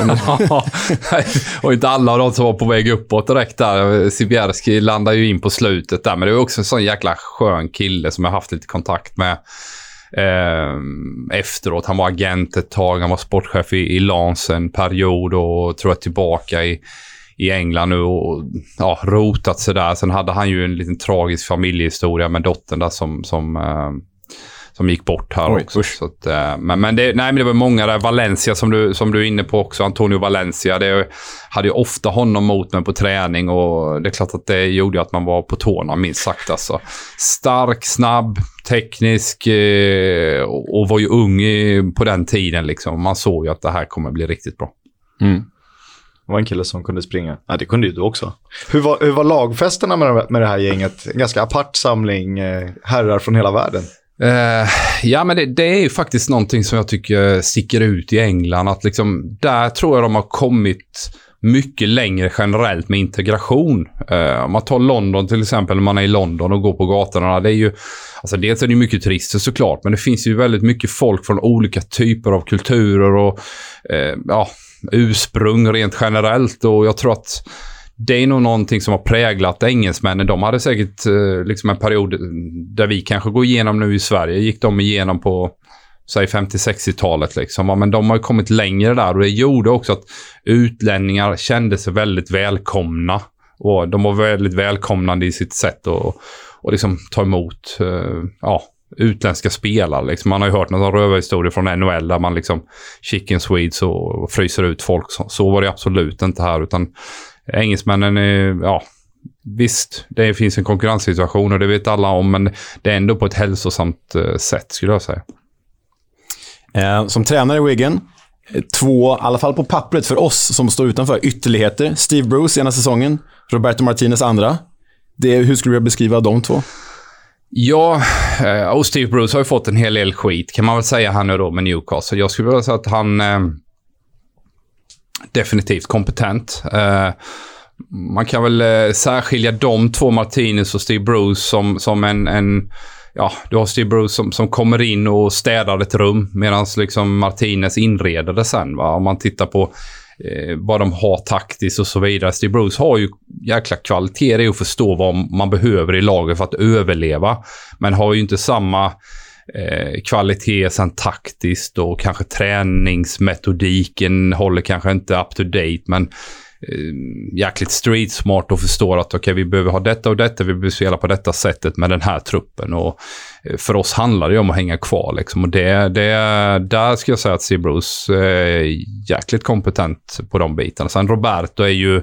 H: Och inte alla av de som var på väg uppåt direkt där. Sibierski landar ju in på slutet där. Men det är också en sån jäkla skön kille som jag haft lite kontakt med eh, efteråt. Han var agent ett tag. Han var sportchef i, i Lens en period och tror jag tillbaka i i England nu och ja, rotat sig där. Sen hade han ju en liten tragisk familjehistoria med dottern där som, som, eh, som gick bort här Oj, också. Så att, eh, men men, det, nej, men det var många där. Valencia som du, som du är inne på också. Antonio Valencia. Det hade ju ofta honom mot mig på träning och det är klart att det gjorde att man var på tårna minst sagt. Alltså. Stark, snabb, teknisk eh, och, och var ju ung i, på den tiden. Liksom. Man såg ju att det här kommer bli riktigt bra.
B: Mm.
A: Det var en kille som kunde springa. Ja, det kunde ju du också. Hur var, hur var lagfesterna med, med det här gänget? En ganska apart samling eh, herrar från hela världen.
H: Uh, ja, men det, det är ju faktiskt någonting som jag tycker sticker ut i England. Att liksom, där tror jag de har kommit mycket längre generellt med integration. Uh, om man tar London till exempel, när man är i London och går på gatorna. Det är ju, alltså dels är det mycket turister såklart, men det finns ju väldigt mycket folk från olika typer av kulturer och uh, ja... ursprung rent generellt och jag tror att det är nog någonting som har präglat engelsmännen. De hade säkert eh, liksom en period där vi kanske går igenom nu i Sverige, gick de igenom på säg femtio-sextiotalet liksom. Men de har ju kommit längre där och det gjorde också att utlänningar kände sig väldigt välkomna och de var väldigt välkomnande i sitt sätt att och liksom ta emot eh, ja utländska spelare. Liksom. Man har ju hört några rövarhistorier från N H L där man liksom chicken Swedes och fryser ut folk. Så, så var det absolut inte här utan engelsmännen är, ja visst, det finns en konkurrenssituation och det vet alla om, men det är ändå på ett hälsosamt uh, sätt skulle jag säga.
B: Eh, som tränare i Wigan, två, i alla fall på pappret för oss som står utanför, ytterligheter. Steve Bruce ena säsongen, Roberto Martinez andra. Det, hur skulle du beskriva de två?
H: Ja, och Steve Bruce har ju fått en hel del skit kan man väl säga här nu då med Newcastle. Jag skulle vilja säga att han eh, definitivt kompetent. Eh, man kan väl eh, särskilja de två, Martinez och Steve Bruce, som, som en, en ja, du har Steve Bruce som, som kommer in och städar ett rum medan liksom Martinez inreder det sen. Va? Om man tittar på eh, vad de har taktiskt och så vidare. Steve Bruce har ju jäkla kvaliteter i att förstå vad man behöver i laget för att överleva. Men har ju inte samma eh, kvalitet sen taktiskt och kanske träningsmetodiken håller kanske inte up to date, men jäkligt street smart och förstår att okej, okay, vi behöver ha detta och detta, vi behöver spela på detta sättet med den här truppen och för oss handlar det om att hänga kvar liksom. Och det, det, där ska jag säga att Steve Bruce är jäkligt kompetent på de bitarna. Sen Roberto är ju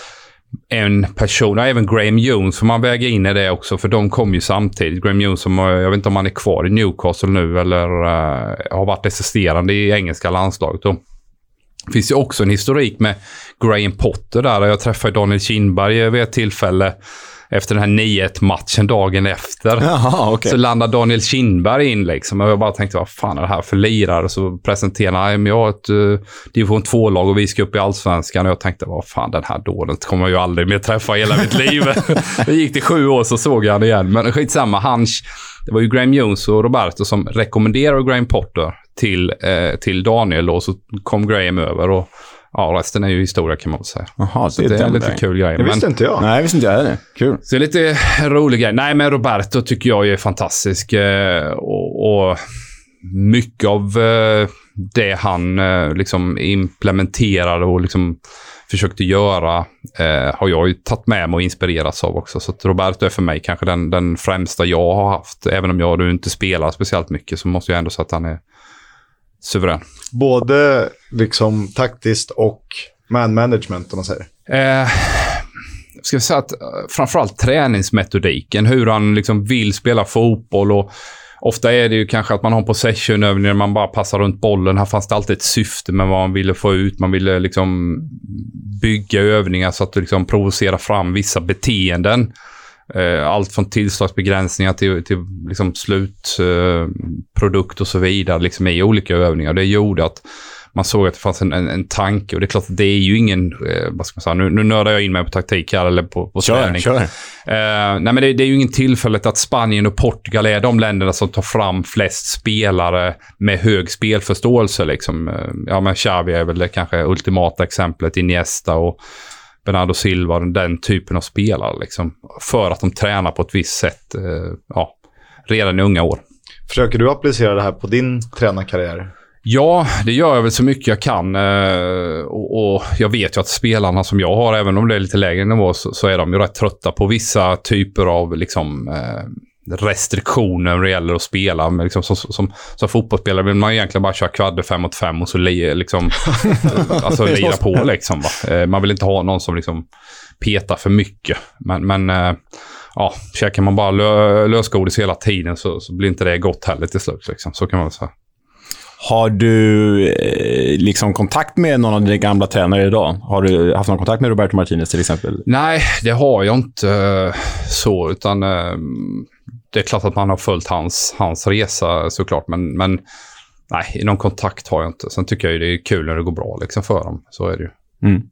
H: en person, och även Graham Jones får man väga in i det också, för de kom ju samtidigt. Graham Jones, som, jag vet inte om han är kvar i Newcastle nu eller uh, har varit assisterande i engelska landslaget då. Det finns ju också en historik med Graham Potter där. Jag träffade Daniel Kindberg vid ett tillfälle efter den här nio ett-matchen dagen efter.
B: Jaha, okay.
H: Så landade Daniel Kindberg in liksom. Och jag bara tänkte, vad fan är det här för lirare? Så presenterade han, jag har ett uh, division två-lag och vi ska upp i Allsvenskan. Och jag tänkte, vad fan, den här dåren kommer jag ju aldrig mer träffa hela mitt liv. Det gick till sju år så såg jag han igen. Men skitsamma, han, det var ju Graham Jones och Roberto som rekommenderade Graham Potter till, eh, till Daniel. Och så kom Graham över och ja, resten är ju historia kan man väl säga.
B: Aha,
H: så det, det är en lite kul grej.
A: Det visste
H: men,
A: inte jag.
B: Nej, visste inte jag heller. Kul.
H: Så det är lite rolig grej. Nej, men Roberto tycker jag är fantastisk. Eh, och, och mycket av eh, det han eh, liksom implementerade och liksom försökte göra eh, har jag ju tagit med mig och inspirerats av också. Så att Roberto är för mig kanske den, den främsta jag har haft. Även om jag nu inte spelar speciellt mycket så måste jag ändå säga att han är suverän.
A: Både liksom taktiskt och man management om man säger.
H: Eh, ska vi säga att framförallt träningsmetodiken, hur han liksom vill spela fotboll och ofta är det ju kanske att man har possession-övningar, man bara passar runt bollen. Här fanns det alltid ett syfte med vad man ville få ut. Man ville liksom bygga övningar så att det liksom provocerar fram vissa beteenden. Allt från tillslagsbegränsningar till, till liksom slutprodukt eh, och så vidare liksom i olika övningar. Det gjorde att man såg att det fanns en, en, en tanke och det är klart att det är ju ingen, eh, vad ska man säga, nu, nu nördar jag in mig på taktik här eller på, på träning.
B: Kör, kör.
H: Eh, nej men det, det är ju ingen tillfället att Spanien och Portugal är de länderna som tar fram flest spelare med hög spelförståelse liksom. Eh, ja men Xavi är väl det kanske ultimata exemplet, Iniesta och Bernardo Silva, den typen av spelare liksom, för att de tränar på ett visst sätt eh, ja, redan i unga år.
A: Försöker du applicera det här på din tränarkarriär?
H: Ja, det gör jag väl så mycket jag kan eh, och, och jag vet ju att spelarna som jag har, även om det är lite lägre nivå, så, så är de ju rätt trötta på vissa typer av liksom eh, restriktioner när det gäller att spela. Men liksom, som, som, som fotbollsspelare vill man egentligen bara köra kvadde fem mot fem och så li, liksom, alltså lira på. Liksom, va? Man vill inte ha någon som liksom petar för mycket. Men, men ja, käkar man bara lö, lösgodis hela tiden så, så blir inte det gott heller till slut. Liksom. Så kan man väl säga.
B: Har du eh, liksom kontakt med någon av dina gamla tränare idag? Har du haft någon kontakt med Roberto Martinez till exempel?
H: Nej, det har jag inte uh, så, utan uh, det är klart att man har följt hans, hans resa såklart, men, men nej, någon kontakt har jag inte. Sen tycker jag ju det är kul när det går bra liksom för dem, så är det ju.
B: Mm.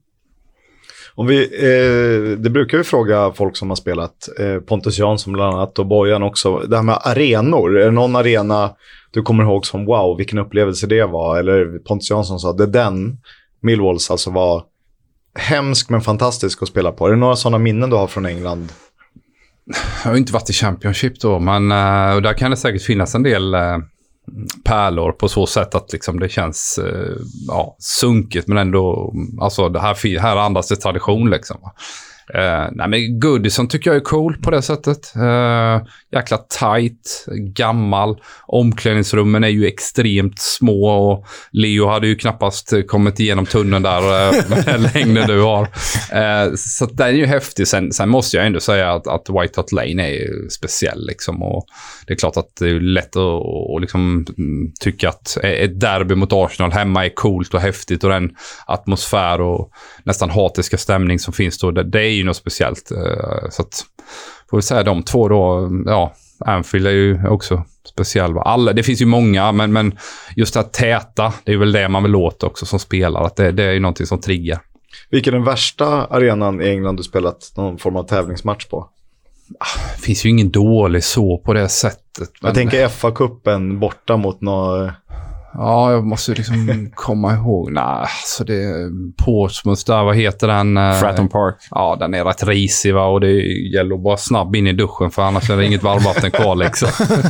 A: Om vi, eh, det brukar vi fråga folk som har spelat, eh, Pontus Jansson bland annat och Bojan också, det här med arenor, är det någon arena du kommer ihåg som wow, vilken upplevelse det var? Eller Pontus Jansson sa, det den Millwalls alltså var hemsk men fantastisk att spela på. Är det några sådana minnen du har från England?
H: Jag har inte varit i Championship då, men uh, och där kan det säkert finnas en del uh, pärlor på så sätt att liksom det känns uh, ja, sunkigt, men ändå alltså det här, här andas det tradition liksom. Uh, nej men Goodison tycker jag är cool på det sättet. Uh, jäkla tight, gammal. Omklädningsrummen är ju extremt små och Leo hade ju knappast kommit igenom tunneln där uh, med längden du har. Uh, så det är ju häftigt. Sen, sen måste jag ändå säga att, att White Hart Lane är ju speciell liksom, och det är klart att det är lätt att och liksom, tycka att ett derby mot Arsenal hemma är coolt och häftigt och den atmosfär och nästan hatiska stämning som finns då, det, det är ju något speciellt. Så att, får vi säga de två då, ja, Anfield är ju också speciell. Alla, det finns ju många, men, men just det här täta, det är väl det man vill låta också som spelare, att det, det är ju någonting som triggar.
A: Vilken är den värsta arenan i England du spelat någon form av tävlingsmatch på?
H: Det finns ju ingen dålig så på det sättet.
A: Jag tänker F A-cupen borta mot något...
H: Ja, jag måste liksom komma ihåg. Nej, alltså det är Portsmouth där, vad heter den?
B: Fratton Park.
H: Ja, den är rätt risig, va? Och det gäller att bara snabb in i duschen, för annars är det inget varmvatten kvar liksom.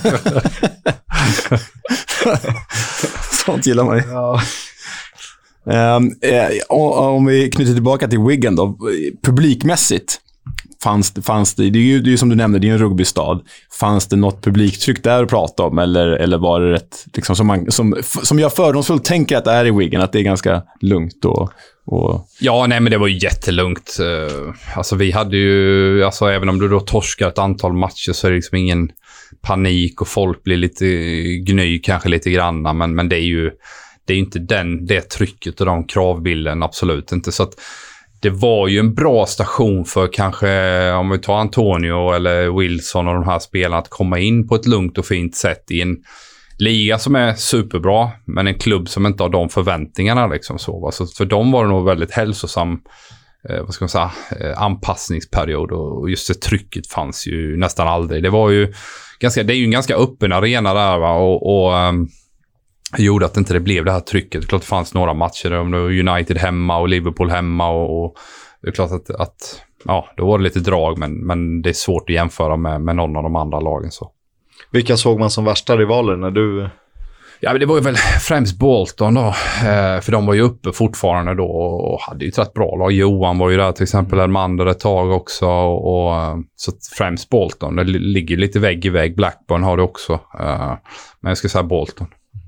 B: Sånt gillar man ju. Ja. Um, eh, om vi knyter tillbaka till Wigan då, publikmässigt. Fanns det, fanns det, det är ju det är som du nämnde, det är en rugbystad. Fanns det något publiktryck där att prata om, eller, eller var det rätt, liksom, som, man, som, som jag fördomsfullt tänker att det är i Wigan, att det är ganska lugnt och, och...
H: Ja, nej men det var ju jättelugnt. Alltså vi hade ju, alltså även om du då torskar ett antal matcher så är det liksom ingen panik och folk blir lite gny kanske lite granna, men, men det är ju det är inte den, det trycket och de kravbilden, absolut inte. Så att det var ju en bra station för kanske, om vi tar Antonio eller Wilson och de här spelarna, att komma in på ett lugnt och fint sätt i en liga som är superbra, men en klubb som inte har de förväntningarna liksom så. Så för dem var det nog väldigt hälsosam eh, vad ska man säga, eh, anpassningsperiod, och just det trycket fanns ju nästan aldrig. Det var ju ganska, det är ju en ganska öppen arena där, va? och, och um, gjorde att inte det blev det här trycket. Det är klart det fanns några matcher om det var United hemma och Liverpool hemma, och, och det är klart att, att ja, då var det lite drag, men, men det är svårt att jämföra med, med någon av de andra lagen så.
A: Vilka såg man som värsta rivaler när du...
H: Ja, men det var ju väl främst Bolton då, eh, för de var ju uppe fortfarande då och hade ju ett rätt bra lag. Johan var ju där till exempel, Elmander ett tag också, och, och så främst Bolton. Det ligger lite vägg i vägg. Blackburn har det också, eh, men jag ska säga Bolton.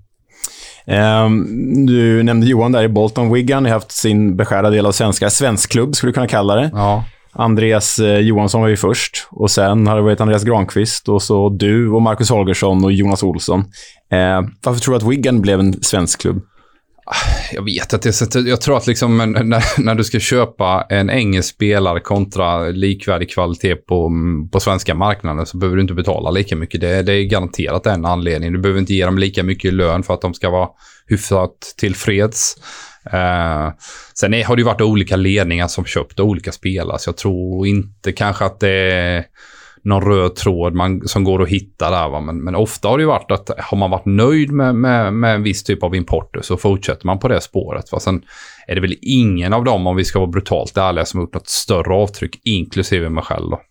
B: Um, du nämnde Johan där i Bolton. Wigan har haft sin beskärda del av svenska svenskklubb, skulle du kunna kalla det.
H: Ja.
B: Andreas eh, Johansson var ju först, och sen har det varit Andreas Granqvist, och så du och Marcus Holgersson och Jonas Olsson. Eh, varför tror du att Wigan blev en svensk klubb?
H: Jag vet att det, jag tror att liksom när, när du ska köpa en engelsk spelare kontra likvärdig kvalitet på, på svenska marknaden, så behöver du inte betala lika mycket. Det, det är garanterat en anledning. Du behöver inte ge dem lika mycket lön för att de ska vara hyfsat tillfreds. Uh, sen är, har det ju varit olika ledningar som köpt olika spelare, så jag tror inte kanske att det är någon röd tråd man, som går att hitta där, va? Men, men ofta har det ju varit att har man varit nöjd med, med, med en viss typ av importer, så fortsätter man på det spåret, va? Sen är det väl ingen av dem, om vi ska vara brutalt ärliga, som har gjort något större avtryck, inklusive mig själv då.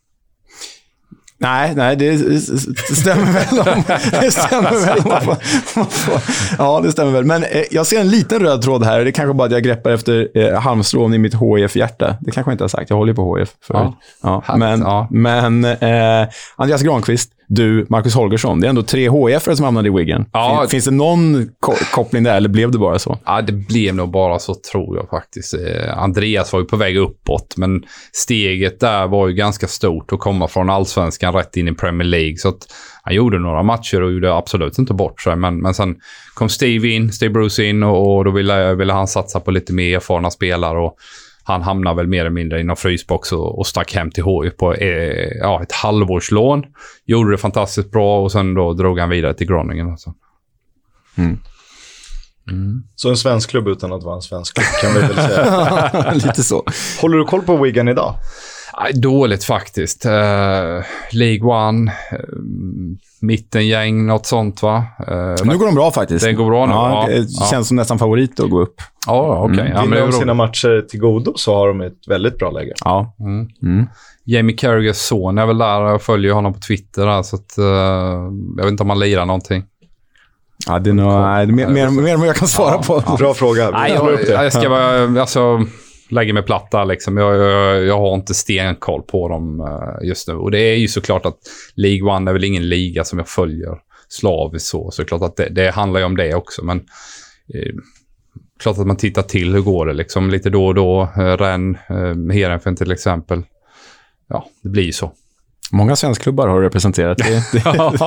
B: Nej, nej, det stämmer väl. Om, det stämmer väl. Man får, man får, ja, det stämmer väl. Men eh, jag ser en liten röd tråd här. Det är kanske bara att jag greppar efter eh, halmstrån i mitt H I F-hjärta. Det kanske jag inte har sagt. Jag håller ju på H I F förut. Ja, ja, men ja. men eh, Andreas Granqvist, du, Marcus Holgersson. Det är ändå tre H I F-are som hamnade i Wigan. Ja. Fin, finns det någon ko- koppling där, eller blev det bara så?
H: Ja, det blev nog bara så, tror jag faktiskt. Eh, Andreas var ju på väg uppåt, men steget där var ju ganska stort att komma från allsvenskan rätt in i Premier League. Så att han gjorde några matcher och gjorde absolut inte bort sig. Men, men sen kom Steve in, Steve Bruce in, och, och då ville, ville han satsa på lite mer erfarna spelare, och han hamnade väl mer eller mindre i någon frysbox och, och stack hem till H I på eh, ja, ett halvårslån. Gjorde det fantastiskt bra, och sen då drog han vidare till Groningen. Alltså.
B: Mm.
A: Mm. Så en svensk klubb utan att vara en svensk klubb, kan vi väl säga.
B: Lite så.
A: Håller du koll på Wigan idag?
H: Nej, dåligt faktiskt. Uh, League One, uh, mittengäng, något sånt, va? Uh,
B: nu går de bra faktiskt.
H: Det går bra nu.
B: Ja, det
H: ja,
B: känns ja. som nästan favorit att gå upp.
H: Ja, okej. Okay.
A: Mm.
H: Ja,
A: Vinner de sina matcher till godo, så har de ett väldigt bra läge.
B: Ja.
H: Mm. Mm. Jamie Carragers son är väl där. Jag följer honom på Twitter där, så att, uh, jag vet inte om han lirar någonting.
B: Ja, det är nog nej, mer, mer, mer än vad jag kan svara
H: ja,
B: på.
A: Ja. Bra fråga.
H: Nej, jag, jag ska vara, alltså, lägga mig platt där liksom. Jag, jag, jag har inte stenkoll på dem uh, just nu. Och det är ju såklart att League One är väl ingen liga som jag följer slaviskt så. Så klart att det, det handlar ju om det också. Men eh, klart att man tittar till hur går det liksom. Lite då och då. Uh, Rennes, uh, Heerenveen till exempel. Ja, det blir ju så.
B: Många svenskklubbar har du representerat. Det, det,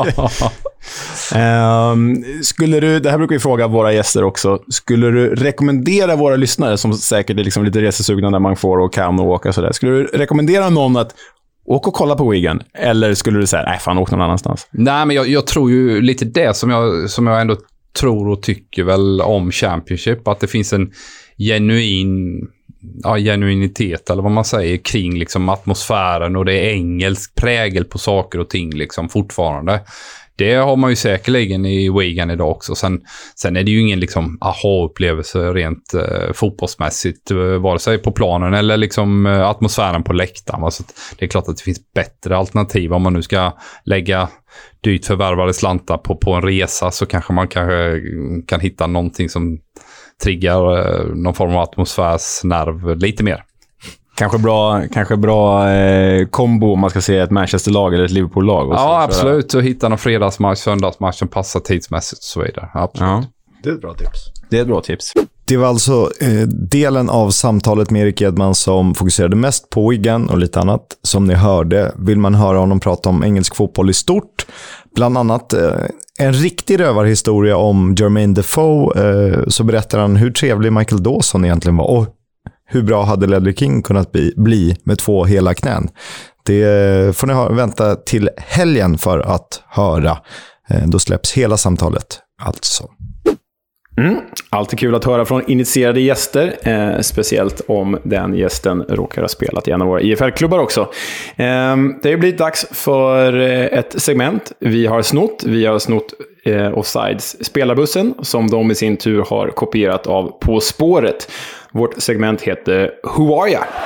B: det. Um, skulle du, det här brukar vi fråga våra gäster också. Skulle du rekommendera våra lyssnare, som säkert är liksom lite resesugna när man får och kan och åka sådär. Skulle du rekommendera någon att åka och kolla på Wigan? Eller skulle du säga, nej fan, åk någon annanstans?
H: Nej, men jag, jag tror ju lite det som jag, som jag ändå tror och tycker väl om Championship. Att det finns en genuin... Ja, genuinitet eller vad man säger kring liksom atmosfären, och det är engelsk prägel på saker och ting liksom fortfarande. Det har man ju säkerligen i Wigan idag också. Sen, sen är det ju ingen liksom aha-upplevelse rent eh, fotbollsmässigt, eh, vare sig på planen eller liksom eh, atmosfären på läktaren. Så det är klart att det finns bättre alternativ om man nu ska lägga dyrt förvärvade slantar på, på en resa, så kanske man kanske kan hitta någonting som triggar eh, någon form av atmosfärsnerv lite mer.
B: Kanske bra, kanske bra eh, kombo om man ska se ett Manchester-lag eller ett Liverpool-lag. Och
H: ja,
B: så,
H: absolut. Och hitta någon fredagsmatch, söndagsmatch som passar tidsmässigt och så vidare. Absolut. Ja.
A: Det är ett bra tips.
B: Det är ett bra tips.
A: Det var alltså eh, delen av samtalet med Erik Edman som fokuserade mest på Wigan och lite annat. Som ni hörde vill man höra honom prata om engelsk fotboll i stort. Bland annat eh, en riktig rövarhistoria om Jermaine Defoe. Eh, så berättar han hur trevlig Michael Dawson egentligen var. Och hur bra hade Ledley King kunnat bli, bli med två hela knän. Det får ni ha, vänta till helgen för att höra. Eh, då släpps hela samtalet alltså.
B: Mm. Alltid kul att höra från initierade gäster, eh, speciellt om den gästen råkar ha spelat i en av våra I F L-klubbar också. Eh, det har blivit dags för ett segment vi har snott. Vi har snott eh, Offsides spelarbussen som de i sin tur har kopierat av På spåret. Vårt segment heter Who Are Ya?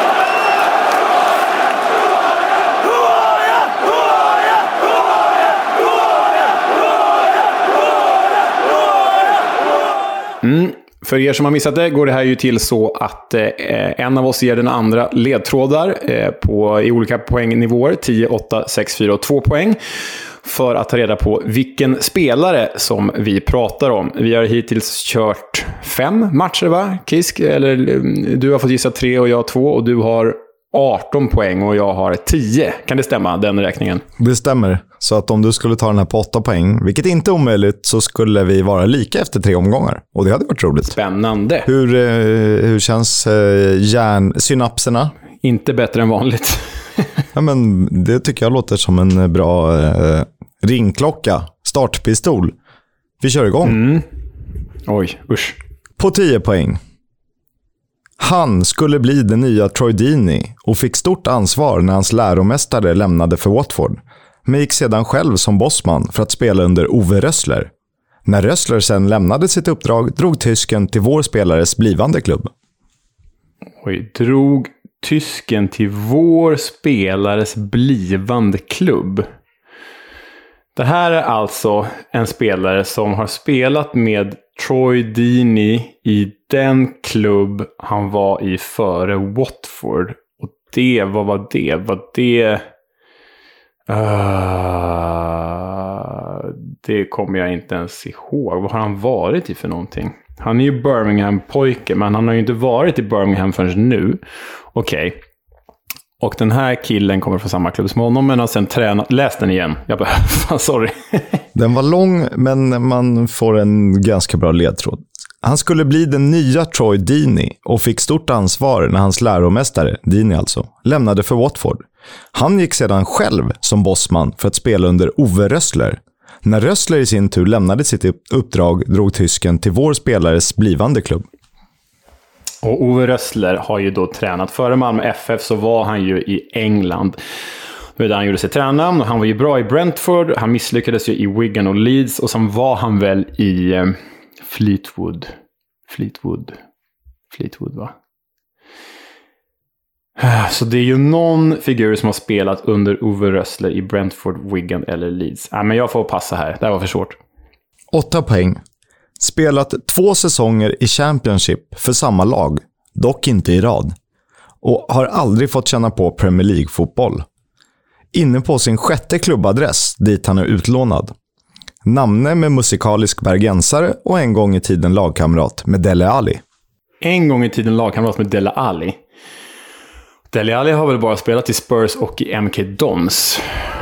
B: Mm. För er som har missat det går det här ju till så att eh, en av oss ger den andra ledtrådar eh, på, i olika poängnivåer, tio, åtta, sex, fyra och två poäng, för att ta reda på vilken spelare som vi pratar om. Vi har hittills kört fem matcher, va, Kisk? Eller du har fått gissa tre och jag två, och du har arton poäng och jag har tio. Kan det stämma, den räkningen?
A: Det stämmer. Så att om du skulle ta den här på åtta poäng, vilket inte är omöjligt, så skulle vi vara lika efter tre omgångar. Och det hade varit roligt.
B: Spännande.
A: Hur, eh, hur känns eh, hjärnsynapserna?
B: Inte bättre än vanligt.
A: Ja, men det tycker jag låter som en bra eh, ringklocka. Startpistol. Vi kör igång.
B: Mm. Oj, usch.
A: På tio poäng. Han skulle bli den nya Troy Deeney och fick stort ansvar när hans läromästare lämnade för Watford. Men gick sedan själv som bossman för att spela under Ove Rössler. När Rössler sen lämnade sitt uppdrag drog tysken till vår spelares blivande klubb.
B: Oj, drog tysken till vår spelares blivande klubb. Det här är alltså en spelare som har spelat med Troy Deeney i den klubb han var i före Watford. Och det, vad var det? Var det... Uh, det kommer jag inte ens ihåg. Vad har han varit i för någonting? Han är ju Birmingham-pojke, men han har ju inte varit i Birmingham förrän nu. Okej. Okay. Och den här killen kommer från samma klubb som honom, men har sen tränat... Läs den igen. Jag bara, fan, sorry.
A: Den var lång, men man får en ganska bra ledtråd. Han skulle bli den nya Troy Deeney och fick stort ansvar när hans läromästare, Deeney alltså, lämnade för Watford. Han gick sedan själv som bossman för att spela under Ove Rössler. När Rössler i sin tur lämnade sitt uppdrag drog tysken till vår spelares blivande klubb.
B: Och Ove Rössler har ju då tränat. Före Malmö F F så var han ju i England. Det var där han gjorde sig tränaren. Han var ju bra i Brentford. Han misslyckades ju i Wigan och Leeds. Och sen var han väl i eh, Fleetwood. Fleetwood. Fleetwood, va? Så det är ju någon figur som har spelat under Ove Rössler i Brentford, Wigan eller Leeds. Nej, men jag får passa här. Det här var för svårt.
A: Åtta poäng. Spelat två säsonger i Championship för samma lag, dock inte i rad. Och har aldrig fått känna på Premier League-fotboll. Inne på sin sjätte klubbadress, dit han är utlånad. Namne med musikalisk bergensare och en gång i tiden lagkamrat med Dele Alli.
B: En gång i tiden lagkamrat med Dele Alli. Dele Alli har väl bara spelat i Spurs och i M K Dons.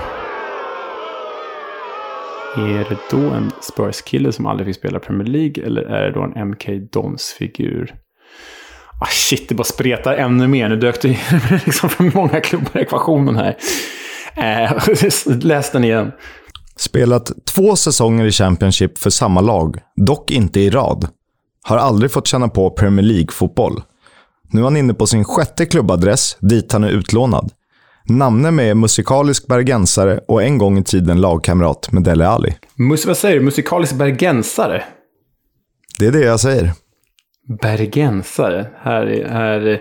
B: Är det då en Spurs-kille som aldrig fick spela Premier League, eller är det då en M K Dons-figur? Ah shit, det bara spretar ännu mer. Nu dök det liksom från många klubbar i ekvationen här. Eh, läs den igen.
A: Spelat två säsonger i Championship för samma lag, dock inte i rad. Har aldrig fått känna på Premier League-fotboll. Nu är han inne på sin sjätte klubbadress, dit han är utlånad. Namne med musikalisk bergensare och en gång i tiden lagkamrat med Dele Alli.
B: Mus- vad säger du? Musikalisk bergensare?
A: Det är det jag säger.
B: Bergensare? Här, här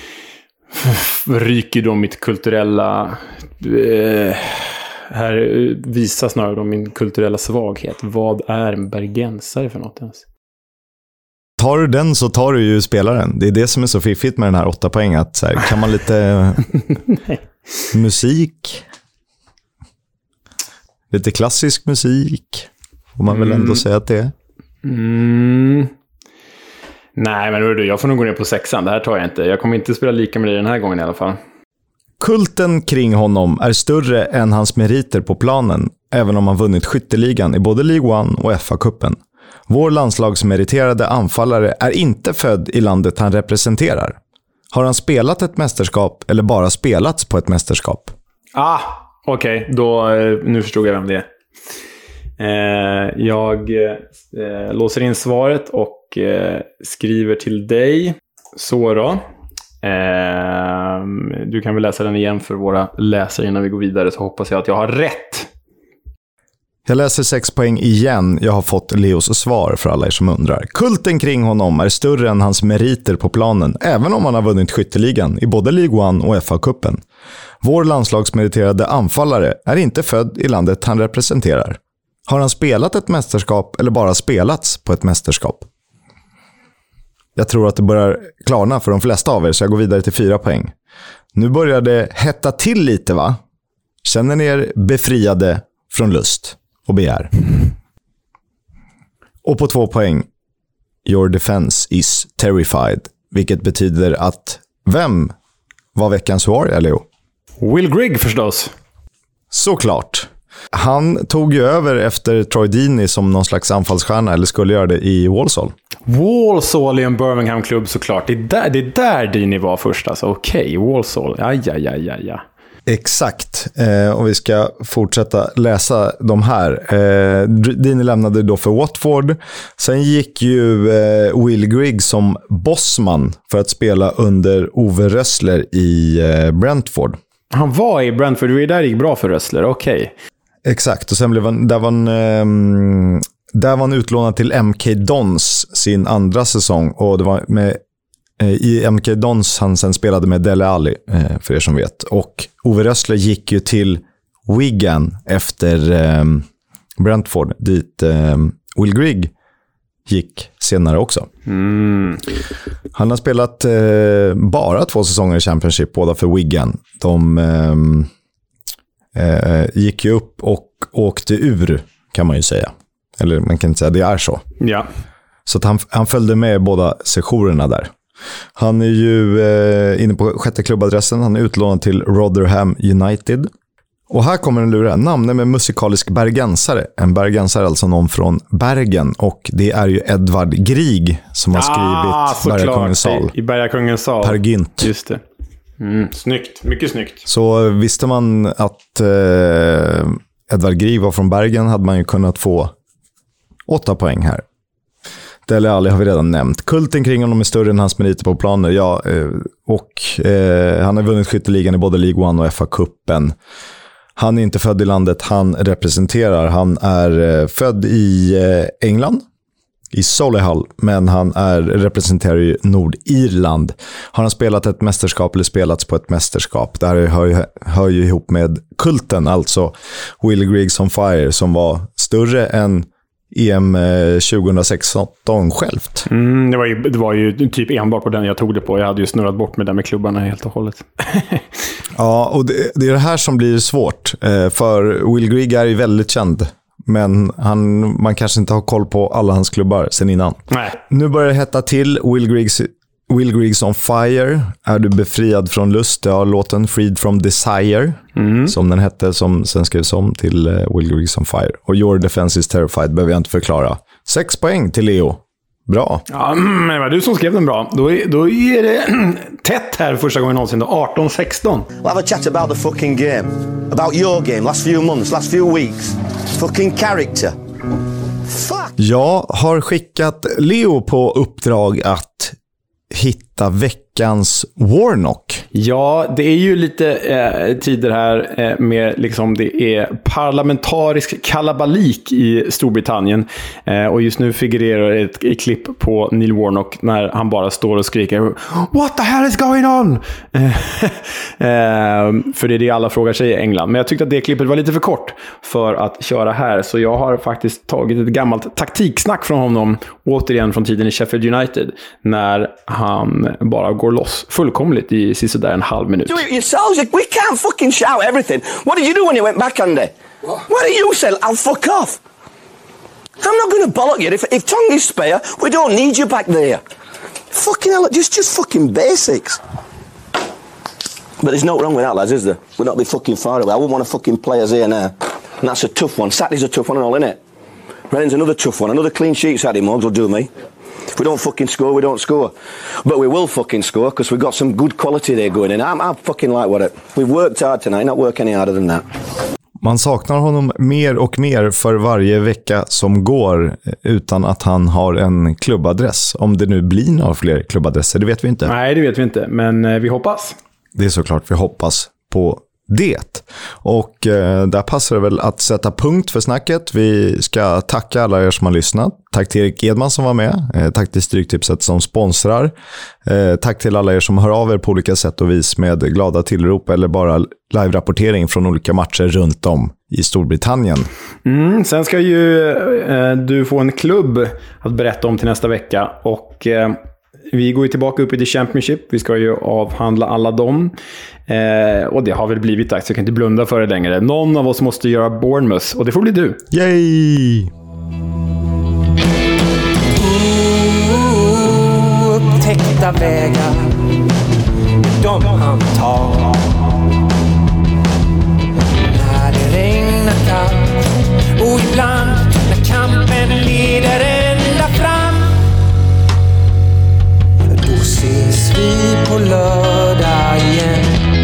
B: ryker då mitt kulturella... Eh, här visar snarare då min kulturella svaghet. Vad är en bergensare för något ens?
A: Tar du den så tar du ju spelaren. Det är det som är så fiffigt med den här åtta poäng. Att så här, kan man lite musik, lite klassisk musik, får man väl ändå mm. säga att det är.
B: Mm. Nej, men du, jag får nog gå ner på sexan. Det här tar jag inte. Jag kommer inte spela lika med dig den här gången i alla fall.
A: Kulten kring honom är större än hans meriter på planen, även om han vunnit skytteligan i både League One och F A-cupen. Vår landslagsmeriterade anfallare är inte född i landet han representerar. Har han spelat ett mästerskap eller bara spelats på ett mästerskap?
B: Ah, okej. Okay. Då, nu förstod jag vem det är. Eh, jag eh, låser in svaret och eh, skriver till dig. Så då. Eh, du kan väl läsa den igen för våra läsare innan vi går vidare, så hoppas jag att jag har rätt.
A: Jag läser sex poäng igen. Jag har fått Leos svar för alla er som undrar. Kulten kring honom är större än hans meriter på planen, även om han har vunnit skytteligan i både League One och F A-cupen. Vår landslagsmeriterade anfallare är inte född i landet han representerar. Har han spelat ett mästerskap eller bara spelats på ett mästerskap? Jag tror att det börjar klarna för de flesta av er, så jag går vidare till fyra poäng. Nu börjar det hetta till lite, va? Känner ni er befriade från lust och begär? Och på två poäng. Your defense is terrified. Vilket betyder att vem var veckans svar, Leo?
B: Will Grigg förstås.
A: Såklart. Han tog ju över efter Troy Deeney som någon slags anfallsstjärna, eller skulle göra det i Walsall.
B: Walsall är en Birmingham-klubb såklart. Det är där, det är där Deeney var först. Alltså. Okej, okay, Walsall. Ja, ja, ja, ja, ja.
A: Exakt. Eh, och vi ska fortsätta läsa de här. Eh, Deeney lämnade då för Watford. Sen gick ju eh, Will Grigg som bossman för att spela under Ove Rössler i eh, Brentford.
B: Han var i Brentford, det där gick bra för Rössler, okej. Okay.
A: Exakt, och sen blev han, där var han, eh, där var han utlånad till M K Dons sin andra säsong. Och det var med i M K Dons han sen spelade med Dele Alli, för er som vet. Och Ove Rössler gick ju till Wigan efter eh, Brentford, dit eh, Will Grigg gick senare också.
B: Mm.
A: Han har spelat eh, bara två säsonger i Championship, båda för Wigan. De eh, eh, gick ju upp och åkte ur, kan man ju säga. Eller man kan inte säga, det är så.
B: Ja.
A: Så att han, han följde med båda sessionerna där. Han är ju eh, inne på sjätte klubbadressen. Han är utlånad till Rotherham United. Och här kommer en lura. Namnet med musikalisk bergensare. En bergensare, alltså någon från Bergen. Och det är ju Edvard Grieg som har skrivit
B: ah,
A: Bergakungens sal.
B: I Bergakungens sal.
A: Per Gynt.
B: Just det. Mm, snyggt. Mycket snyggt.
A: Så visste man att eh, Edvard Grieg var från Bergen, hade man ju kunnat få åtta poäng här. Dele Alli har vi redan nämnt. Kulten kring honom är större än hans meriter på planer. Ja, och eh, han har vunnit skytteligan i både League One och F A-cupen. Han är inte född i landet han representerar. Han är eh, född i eh, England, i Solihull, men han är, representerar ju Nordirland. Har han spelat ett mästerskap eller spelats på ett mästerskap? Det här hör ju, hör ju ihop med kulten, alltså Will Griggs on Fire, som var större än E M tjugohundrasexton självt.
B: Mm, det, var ju, det var ju typ enbart på den jag tog det på. Jag hade ju snurrat bort med det med klubbarna helt och hållet.
A: Ja, och det, det är det här som blir svårt. För Will Grigg är ju väldigt känd. Men han, man kanske inte har koll på alla hans klubbar sen innan.
B: Nej.
A: Nu börjar det hetta till. Will Griggs, Will Griggs on Fire. Är du befriad från lust? Ja, låten Freed from Desire. Mm. Som den hette, som sen skrevs om till uh, Will Griggs on Fire. Och Your Defense is Terrified behöver jag inte förklara. Sex poäng till Leo. Bra.
B: Ja, men det var du som skrev den bra. Då är, då är det tätt här första gången någonsin. arton sexton.
I: We'll have a chat about the fucking game. About your game, last few months, last few weeks. Fucking character. Fuck.
A: Jag har skickat Leo på uppdrag att hitta veckans Warnock.
B: Ja, det är ju lite eh, tider här eh, med liksom det är parlamentarisk kalabalik i Storbritannien. Eh, och just nu figurerar ett, ett klipp på Neil Warnock när han bara står och skriker "What the hell is going on?" eh, för det är det alla frågar sig i England. Men jag tyckte att det klippet var lite för kort för att köra här. Så jag har faktiskt tagit ett gammalt taktiksnack från honom, återigen från tiden i Sheffield United, när han bara går loss fullkomligt i sisådär en halv minut.
I: Do it yourselves. We can't fucking shout everything. What did you do when you went back, Andy? What? What did you say? I'll fuck off. I'm not going to bollock you. If, if tongue is spare, we don't need you back there. Fucking hell, just, just fucking basics. But there's no wrong with that, lads, is there? We'll not be fucking far away. I wouldn't want to fucking play us here now. And that's a tough one. Saturday's a tough one and all, innit? Reading's another tough one. Another clean sheet Saturday, Morgs, will do me. If we don't fucking score, we don't score. But we will fucking score, because we've got some good quality there going in. I'm, I'm fucking like what it. We've worked hard tonight, not work any harder than that.
A: Man saknar honom mer och mer för varje vecka som går utan att han har en klubbadress. Om det nu blir några fler klubbadresser, det vet vi inte.
B: Nej, det vet vi inte, men vi hoppas.
A: Det är såklart vi hoppas på det. Och eh, där passar det väl att sätta punkt för snacket. Vi ska tacka alla er som har lyssnat. Tack till Erik Edman som var med. Eh, tack till Stryktipset som sponsrar. Eh, tack till alla er som hör av er på olika sätt och vis med glada tillrop eller bara live-rapportering från olika matcher runt om i Storbritannien.
B: Mm, sen ska ju eh, du få en klubb att berätta om till nästa vecka. Och eh, vi går ju tillbaka upp i The Championship. Vi ska ju avhandla alla dem. Eh, och det har väl blivit dags. Jag kan inte blunda för det längre. Någon av oss måste göra Bournemouth. Och det får bli du.
A: Yay!
J: Oh, upptäckta vägar. De han tar. När det regnar kallt. Och ibland när kampen leder ända fram. Då ses vi på lördag igen.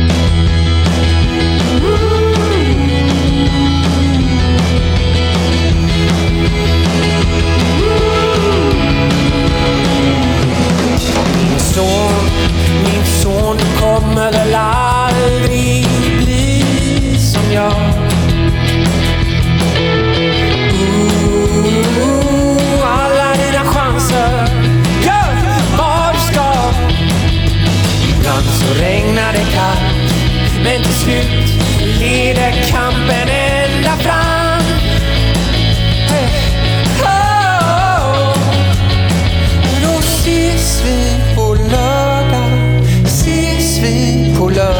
J: Min son, min son, du kommer väl aldrig bli som jag. Ooh, alla dina chanser, gör vad du ska. Ibland så regnar det kallt, men till slut leder kampen ända fram. Hey. Oh, då ses vi på lördag, ses vi på lördag.